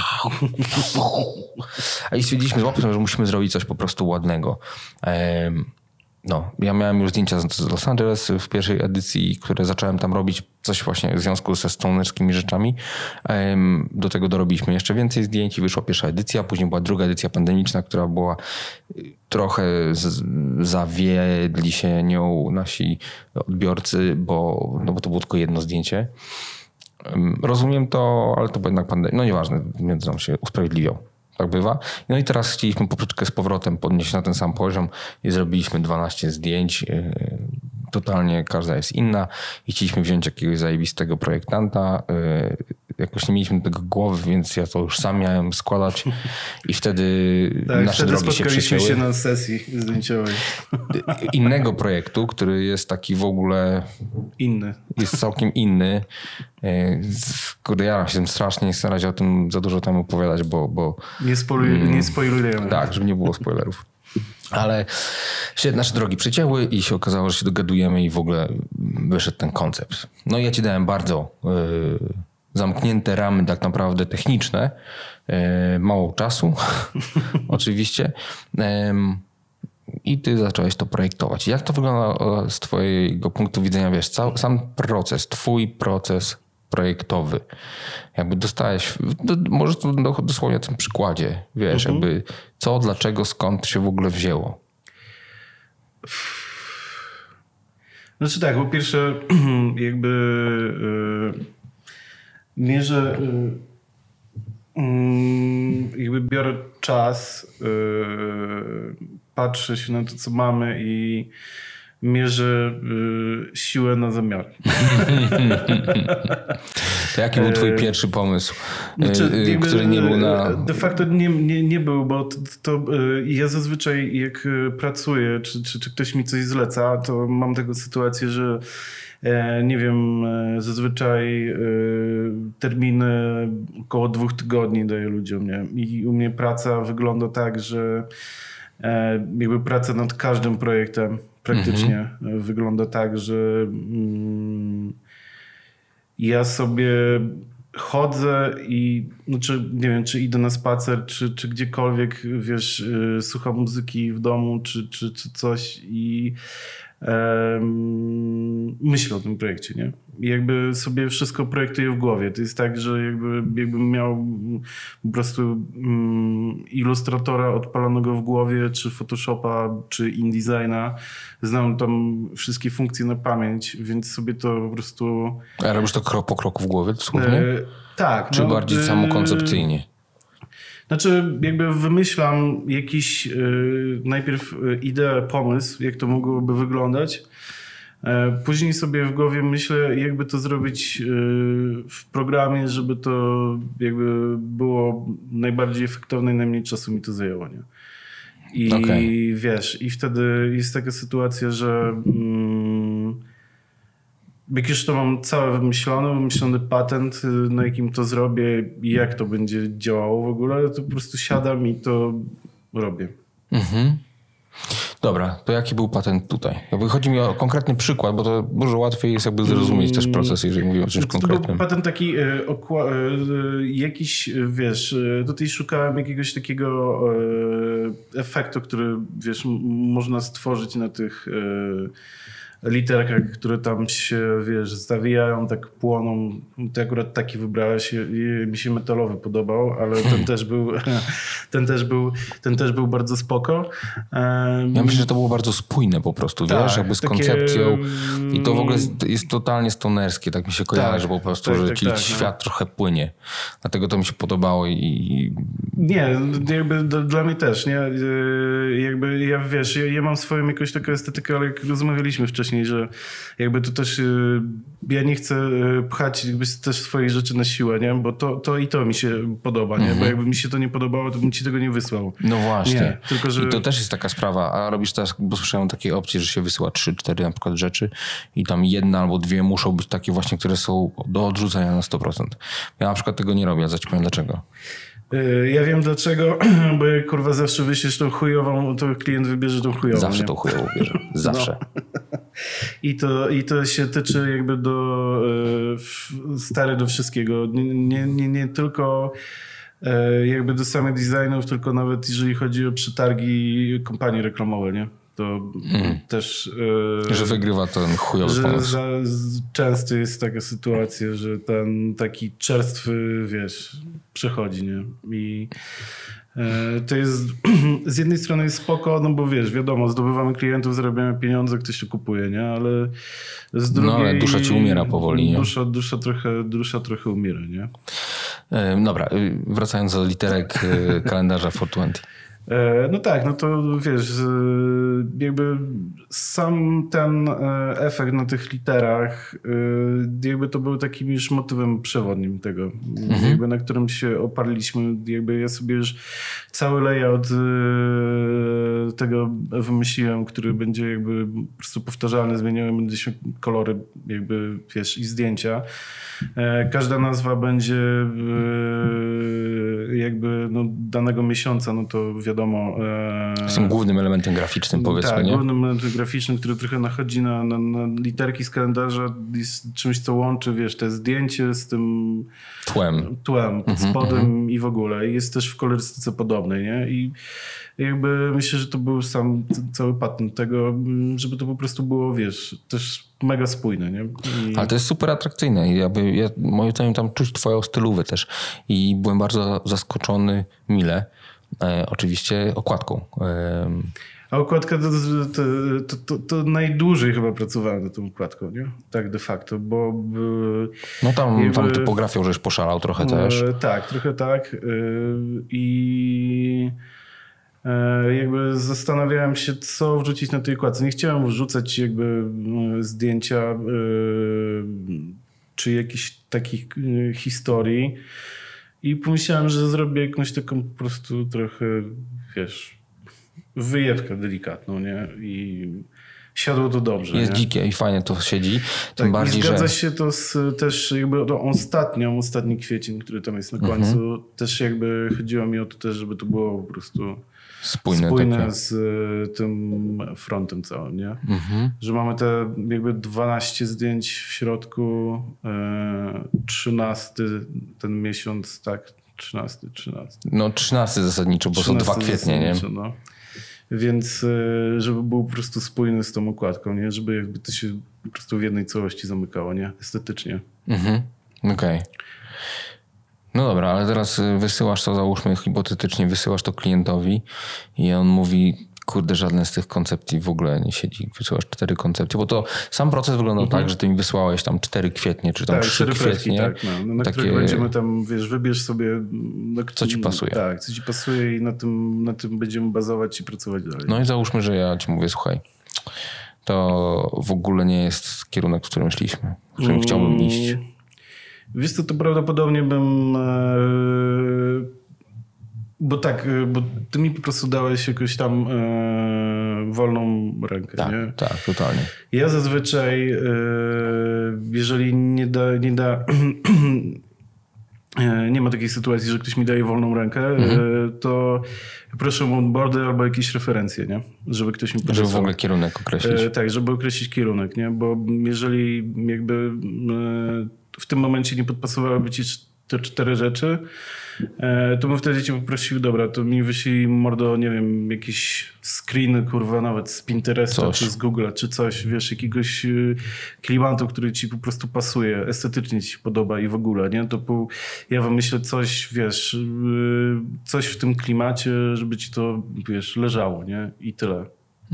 I stwierdziliśmy z łapem, że musimy zrobić coś po prostu ładnego. No, ja miałem już zdjęcia z Los Angeles w pierwszej edycji, które zacząłem tam robić coś właśnie w związku ze stonerskimi rzeczami. Do tego dorobiliśmy jeszcze więcej zdjęć i wyszła pierwsza edycja. Później była druga edycja pandemiczna, która była trochę zawiedli się nią nasi odbiorcy, bo to było tylko jedno zdjęcie. Rozumiem to, ale to była jednak pandemia. No nieważne, między nami się usprawiedliwiał. Tak bywa. No i teraz chcieliśmy poprzeczkę z powrotem podnieść na ten sam poziom i zrobiliśmy 12 zdjęć. Totalnie każda jest inna i chcieliśmy wziąć jakiegoś zajebistego projektanta. Jakoś nie mieliśmy do tego głowy, więc ja to już sam miałem składać i wtedy tak, nasze drogi się przecięły. Spotkaliśmy się na sesji zdjęciowej. Innego projektu, który jest taki w ogóle... Inny. Jest całkiem inny. Kurde, ja się tym strasznie, nie chcę na razie o tym za dużo tam opowiadać, bo... Nie spoilujemy. Tak, żeby nie było spoilerów. Ale się nasze drogi przecięły i się okazało, że się dogadujemy i w ogóle wyszedł ten koncept. No i ja ci dałem bardzo zamknięte ramy tak naprawdę techniczne. Mało czasu oczywiście. I ty zacząłeś to projektować. Jak to wygląda z twojego punktu widzenia, wiesz, sam proces, twój proces projektowy. Jakby dostałeś, może to dosłownie na tym przykładzie, wiesz, jakby co, dlaczego, skąd się w ogóle wzięło? Znaczy tak, po pierwsze jakby mierzę, jakby biorę czas, patrzę się na to, co mamy i mierzę siłę na zamiar. To jaki był twój pierwszy pomysł, który nie był na... De facto nie był, bo to ja zazwyczaj jak pracuję, czy ktoś mi coś zleca, to mam taką sytuację, że nie wiem, zazwyczaj terminy około 2 tygodni daję ludziom. Nie? I u mnie praca wygląda tak, że jakby praca nad każdym projektem praktycznie wygląda tak, że ja sobie chodzę i znaczy, nie wiem, czy idę na spacer, czy gdziekolwiek, wiesz, słucham muzyki w domu, czy coś i myślę o tym projekcie, nie? I jakby sobie wszystko projektuję w głowie. To jest tak, że jakbym miał po prostu ilustratora odpalonego w głowie, czy Photoshopa, czy InDesigna. Znam tam wszystkie funkcje na pamięć, więc sobie to po prostu... A robisz to krok po kroku w głowie dosłownie? Tak. Czy bardziej samokoncepcyjnie? Znaczy jakby wymyślam jakiś najpierw ideę, pomysł, jak to mogłoby wyglądać. Później sobie w głowie myślę, jakby to zrobić w programie, żeby to jakby było najbardziej efektowne i najmniej czasu mi to zajęło. Nie? I wiesz, i wtedy jest taka sytuacja, że jak już to mam całe wymyślony patent, na jakim to zrobię i jak to będzie działało w ogóle, to po prostu siadam i to robię. Dobra, to jaki był patent tutaj? Jakby chodzi mi o konkretny przykład, bo to dużo łatwiej jest jakby zrozumieć też proces, jeżeli mówimy o czymś konkretnym. To był patent taki jakiś, wiesz, tutaj szukałem jakiegoś takiego efektu, który, wiesz, można stworzyć na tych literkach, które tam się, wiesz, zawijają, tak płoną. Ty akurat taki wybrałeś i mi się metalowy podobał, ale ten też był bardzo spoko. Ja myślę, że to było bardzo spójne po prostu, tak, wiesz, jakby z koncepcją i to w ogóle jest totalnie stonerskie, tak mi się kojarzy, tak, że po prostu, że ci świat trochę płynie. Dlatego to mi się podobało i... Nie, jakby dla mnie też, nie? Jakby ja, wiesz, ja mam swoją jakąś taką estetykę, ale jak rozmawialiśmy wcześniej, że jakby to też ja nie chcę pchać jakby też swoich rzeczy na siłę, nie? Bo to mi się podoba, nie? Bo jakby mi się to nie podobało, to bym ci tego nie wysłał. No właśnie. Nie, tylko, że... I to też jest taka sprawa, a robisz teraz, bo słyszałem takiej opcji, że się wysyła 3-4 na przykład rzeczy i tam jedna albo dwie muszą być takie właśnie, które są do odrzucenia na 100%. Ja na przykład tego nie robię, a za ci powiem dlaczego. Ja wiem dlaczego, bo jak kurwa zawsze wyślesz tą chujową, to klient wybierze tą chujową. Zawsze nie? tą chujową bierze. Zawsze. No. I to się tyczy jakby stary do wszystkiego. Nie tylko jakby do samych designów, tylko nawet jeżeli chodzi o przetargi kompanii reklamowe, nie? To też... że wygrywa ten chujowy pomysł. Często jest taka sytuacja, że ten taki czerstwy, wiesz, przechodzi, nie? I to jest z jednej strony jest spoko, no bo wiesz, wiadomo, zdobywamy klientów, zarabiamy pieniądze, ktoś się kupuje, nie? Ale z drugiej... No ale dusza ci umiera powoli, nie? Dusza trochę umiera, nie? Dobra, wracając do literek kalendarza 420. No tak, no to wiesz, jakby sam ten efekt na tych literach, jakby to był takim już motywem przewodnim tego, jakby na którym się oparliśmy, jakby ja sobie już cały layout tego wymyśliłem, który będzie jakby po prostu powtarzalny, zmieniałem, będzie się kolory jakby, wiesz, i zdjęcia. Każda nazwa będzie jakby no, danego miesiąca, no to wiadomo. Z tym głównym elementem graficznym, powiedzmy, tak, nie? głównym elementem graficznym, który trochę nachodzi na literki z kalendarza, jest czymś, co łączy, wiesz, te zdjęcie z tym tłem pod spodem i w ogóle. Jest też w kolorystyce podobnej, nie? I jakby myślę, że to był sam cały patent tego, żeby to po prostu było, wiesz, też mega spójne, nie? Ale to jest super atrakcyjne i moim zdaniem tam czuć twoją stylówę też i byłem bardzo zaskoczony mile, oczywiście okładką. A okładka to najdłużej chyba pracowałem nad tą okładką, nie? Tak de facto, bo... No tam typografią żeś poszalał trochę też. Tak, trochę tak. I jakby zastanawiałem się, co wrzucić na tej okładce. Nie chciałem wrzucać jakby zdjęcia czy jakichś takich historii i pomyślałem, że zrobię jakąś taką po prostu trochę, wiesz, wyjebkę delikatną, nie? I siadło to dobrze. Jest nie? dzikie i fajnie to siedzi. Tym tak, bardziej, i zgadza się to też jakby ostatni kwiecień, który tam jest na końcu. Też jakby chodziło mi o to też, żeby to było po prostu spójne z tym frontem całym, nie? Że mamy te jakby 12 zdjęć w środku, 13 ten miesiąc, tak? 13. No 13 zasadniczo, bo są 2 kwietnie, nie? No. Więc żeby był po prostu spójny z tą okładką, nie? Żeby jakby to się po prostu w jednej całości zamykało, nie? Estetycznie. Okej. No dobra, ale teraz wysyłasz to, załóżmy hipotetycznie, wysyłasz to klientowi i on mówi, kurde, żadne z tych koncepcji w ogóle nie siedzi. Wysyłasz 4 koncepcje, bo to sam proces wyglądał tak, że ty mi wysłałeś tam 4 kwietnie, czy tam tak, 3 kwietnie. Tak, no, na których będziemy tam, wiesz, wybierz sobie... co ci pasuje. Tak, co ci pasuje i na tym będziemy bazować i pracować dalej. No i załóżmy, że ja ci mówię, słuchaj, to w ogóle nie jest kierunek, w którym szliśmy, w którym chciałbym iść. Wiesz co, to prawdopodobnie bym... Bo ty mi po prostu dałeś jakoś tam wolną rękę, tak, nie? Tak, totalnie. Ja zazwyczaj, jeżeli nie da nie ma takiej sytuacji, że ktoś mi daje wolną rękę, to proszę o moodboardy albo jakieś referencje, nie? Żeby ktoś mi podesłał. Żeby w ogóle kierunek określić. Tak, żeby określić kierunek, nie? Bo jeżeli jakby w tym momencie nie podpasowałyby ci te 4 rzeczy, to bym wtedy cię poprosił, dobra, to mi wyślij mordo, nie wiem, jakieś screeny, kurwa, nawet z Pinteresta, czy z Google'a, czy coś, wiesz, jakiegoś klimatu, który ci po prostu pasuje, estetycznie ci się podoba i w ogóle, nie? To ja wymyślę coś, wiesz, coś w tym klimacie, żeby ci to, wiesz, leżało, nie? I tyle.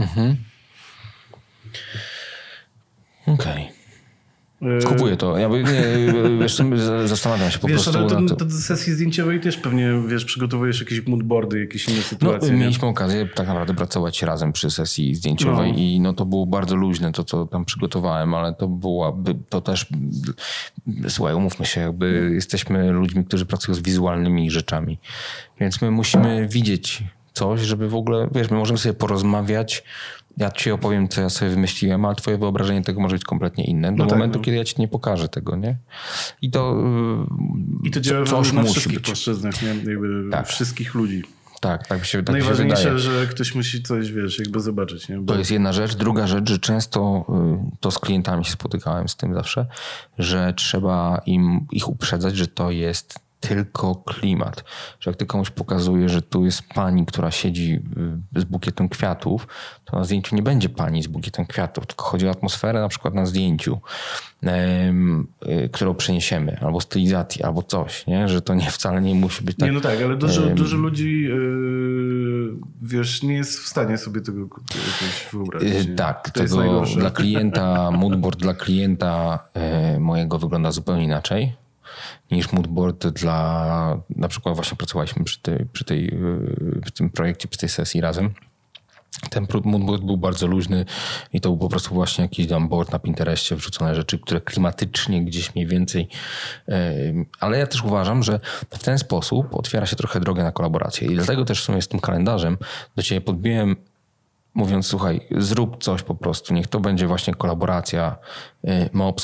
Okej. Skupuję to. Ja wiesz, zastanawiam się po prostu. Wiesz, ale to do sesji zdjęciowej też pewnie, wiesz, przygotowujesz jakieś moodboardy, jakieś inne sytuacje. No, mieliśmy okazję tak naprawdę pracować razem przy sesji zdjęciowej i to było bardzo luźne to, co tam przygotowałem, ale to też, słuchaj, umówmy się, jakby jesteśmy ludźmi, którzy pracują z wizualnymi rzeczami, więc my musimy widzieć coś, żeby w ogóle, wiesz, my możemy sobie porozmawiać. Ja ci opowiem, co ja sobie wymyśliłem, ale twoje wyobrażenie tego może być kompletnie inne. Do momentu, kiedy ja ci nie pokażę tego, nie? I to działa na wszystkich płaszczyznach, nie? Jakby wszystkich ludzi. Tak mi się Najważniejsze, że ktoś musi coś, wiesz, jakby zobaczyć, nie? To jest jedna rzecz. Druga rzecz, że często to z klientami się spotykałem z tym zawsze, że trzeba ich uprzedzać, że to jest tylko klimat. Że jak ty komuś pokazuje, że tu jest pani, która siedzi z bukietem kwiatów, to na zdjęciu nie będzie pani z bukietem kwiatów, tylko chodzi o atmosferę na przykład na zdjęciu, którą przeniesiemy, albo stylizacji, albo coś, nie? Że to wcale nie musi być tak. Nie, no tak, ale dużo ludzi wiesz, nie jest w stanie sobie tego jakoś wyobrazić. Tak, tego dla klienta, moodboard dla klienta mojego wygląda zupełnie inaczej niż moodboard dla, na przykład właśnie pracowaliśmy przy tym projekcie, przy tej sesji razem. Ten moodboard był bardzo luźny i to był po prostu właśnie jakiś tam board na Pinterestie, wrzucone rzeczy, które klimatycznie gdzieś mniej więcej, ale ja też uważam, że w ten sposób otwiera się trochę drogę na kolaborację i dlatego też w sumie z tym kalendarzem do ciebie podbiłem, mówiąc, słuchaj, zrób coś po prostu, niech to będzie właśnie kolaboracja Mops,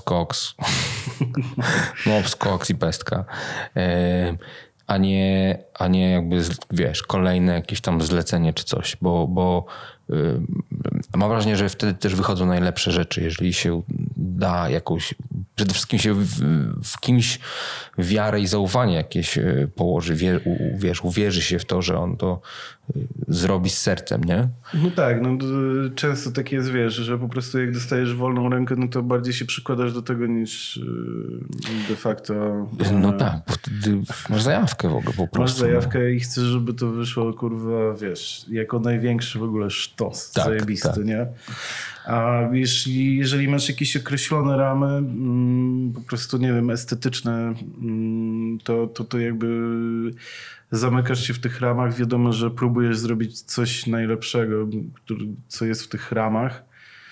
Cox i Pestka, a nie jakby, wiesz, kolejne jakieś tam zlecenie czy coś, bo mam wrażenie, że wtedy też wychodzą najlepsze rzeczy, jeżeli się da jakąś, przede wszystkim się w kimś wiarę i zaufanie jakieś położy, uwierzy się w to, że on to zrobi z sercem, nie? No tak, no często tak jest, wiesz, że po prostu jak dostajesz wolną rękę, no to bardziej się przykładasz do tego niż de facto... No tak, bo wtedy masz zajawkę w ogóle po prostu. Masz zajawkę i chcesz, żeby to wyszło, kurwa, wiesz, jako największy w ogóle sztos, tak, zajebisty, tak. Nie? A jeżeli masz jakieś określone ramy, po prostu, nie wiem, estetyczne, to jakby zamykasz się w tych ramach. Wiadomo, że próbujesz zrobić coś najlepszego, co jest w tych ramach.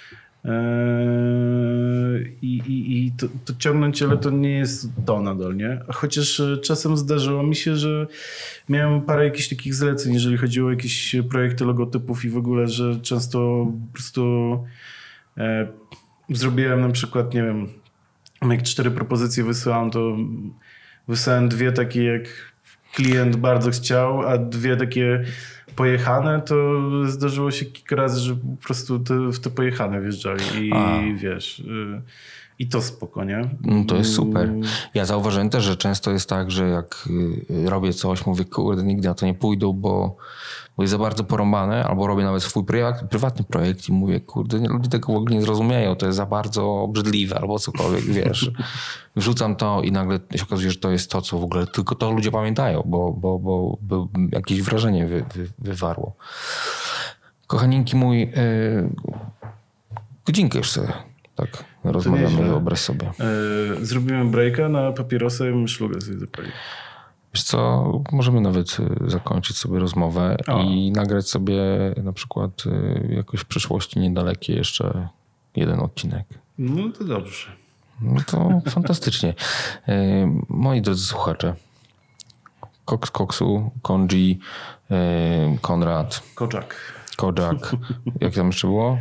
I to ciągnąć, ale to nie jest to nadal, nie? Chociaż czasem zdarzyło mi się, że miałem parę jakichś takich zleceń, jeżeli chodziło o jakieś projekty logotypów i w ogóle, że często po prostu zrobiłem na przykład, nie wiem, jak 4 propozycje wysyłam, to wysłałem 2 takie, jak klient bardzo chciał, a 2 takie pojechane, to zdarzyło się kilka razy, że po prostu w te pojechane wjeżdżali i wiesz... I to spoko, nie? No to jest super. Ja zauważyłem też, że często jest tak, że jak robię coś, mówię, kurde, nigdy na to nie pójdą, bo jest za bardzo porąbane, albo robię nawet swój prywatny projekt i mówię, kurde, ludzie tego w ogóle nie zrozumieją, to jest za bardzo obrzydliwe, albo cokolwiek, wiesz. Wrzucam to i nagle się okazuje, że to jest to, co w ogóle tylko to ludzie pamiętają, bo jakieś wrażenie wywarło. Kochaninki mój, godzinkę już sobie tak rozmawiamy, wyobraź sobie. Zrobimy breaka na papierosa i szlugę sobie zapalić. Wiesz co, możemy nawet zakończyć sobie rozmowę i nagrać sobie na przykład jakoś w przyszłości niedalekie jeszcze jeden odcinek. No to dobrze. No to fantastycznie. Moi drodzy słuchacze, Cox Coxu, Konji, Konrad. Kojak. Jak tam jeszcze było?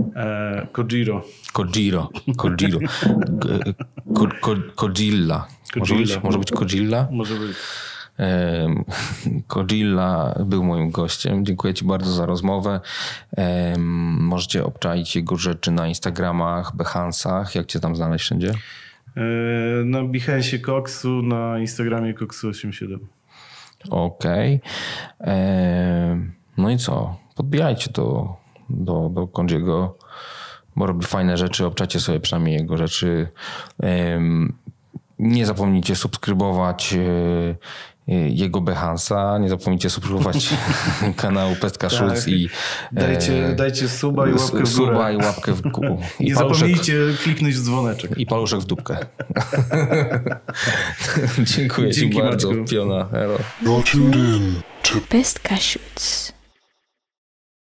Kojiro. Może być Kojilla? Może być. Kojilla był moim gościem. Dziękuję ci bardzo za rozmowę. Możecie obczaić jego rzeczy na Instagramach, Behansach. Jak cię tam znaleźć wszędzie? Na Behance Koksu, na Instagramie Koksu87. Okej. No i co? Podbijajcie to do Kondziego, bo robi fajne rzeczy. Obczajcie sobie przynajmniej jego rzeczy. Nie zapomnijcie subskrybować jego Behansa. Nie zapomnijcie subskrybować kanału Pestka Schulz i dajcie suba i łapkę w górę. I łapkę w górę. I nie zapomnijcie kliknąć w dzwoneczek. I paluszek w dupkę. Dziękuję ci bardzo, Maćku. Piona. Elo. Pestka Schutz.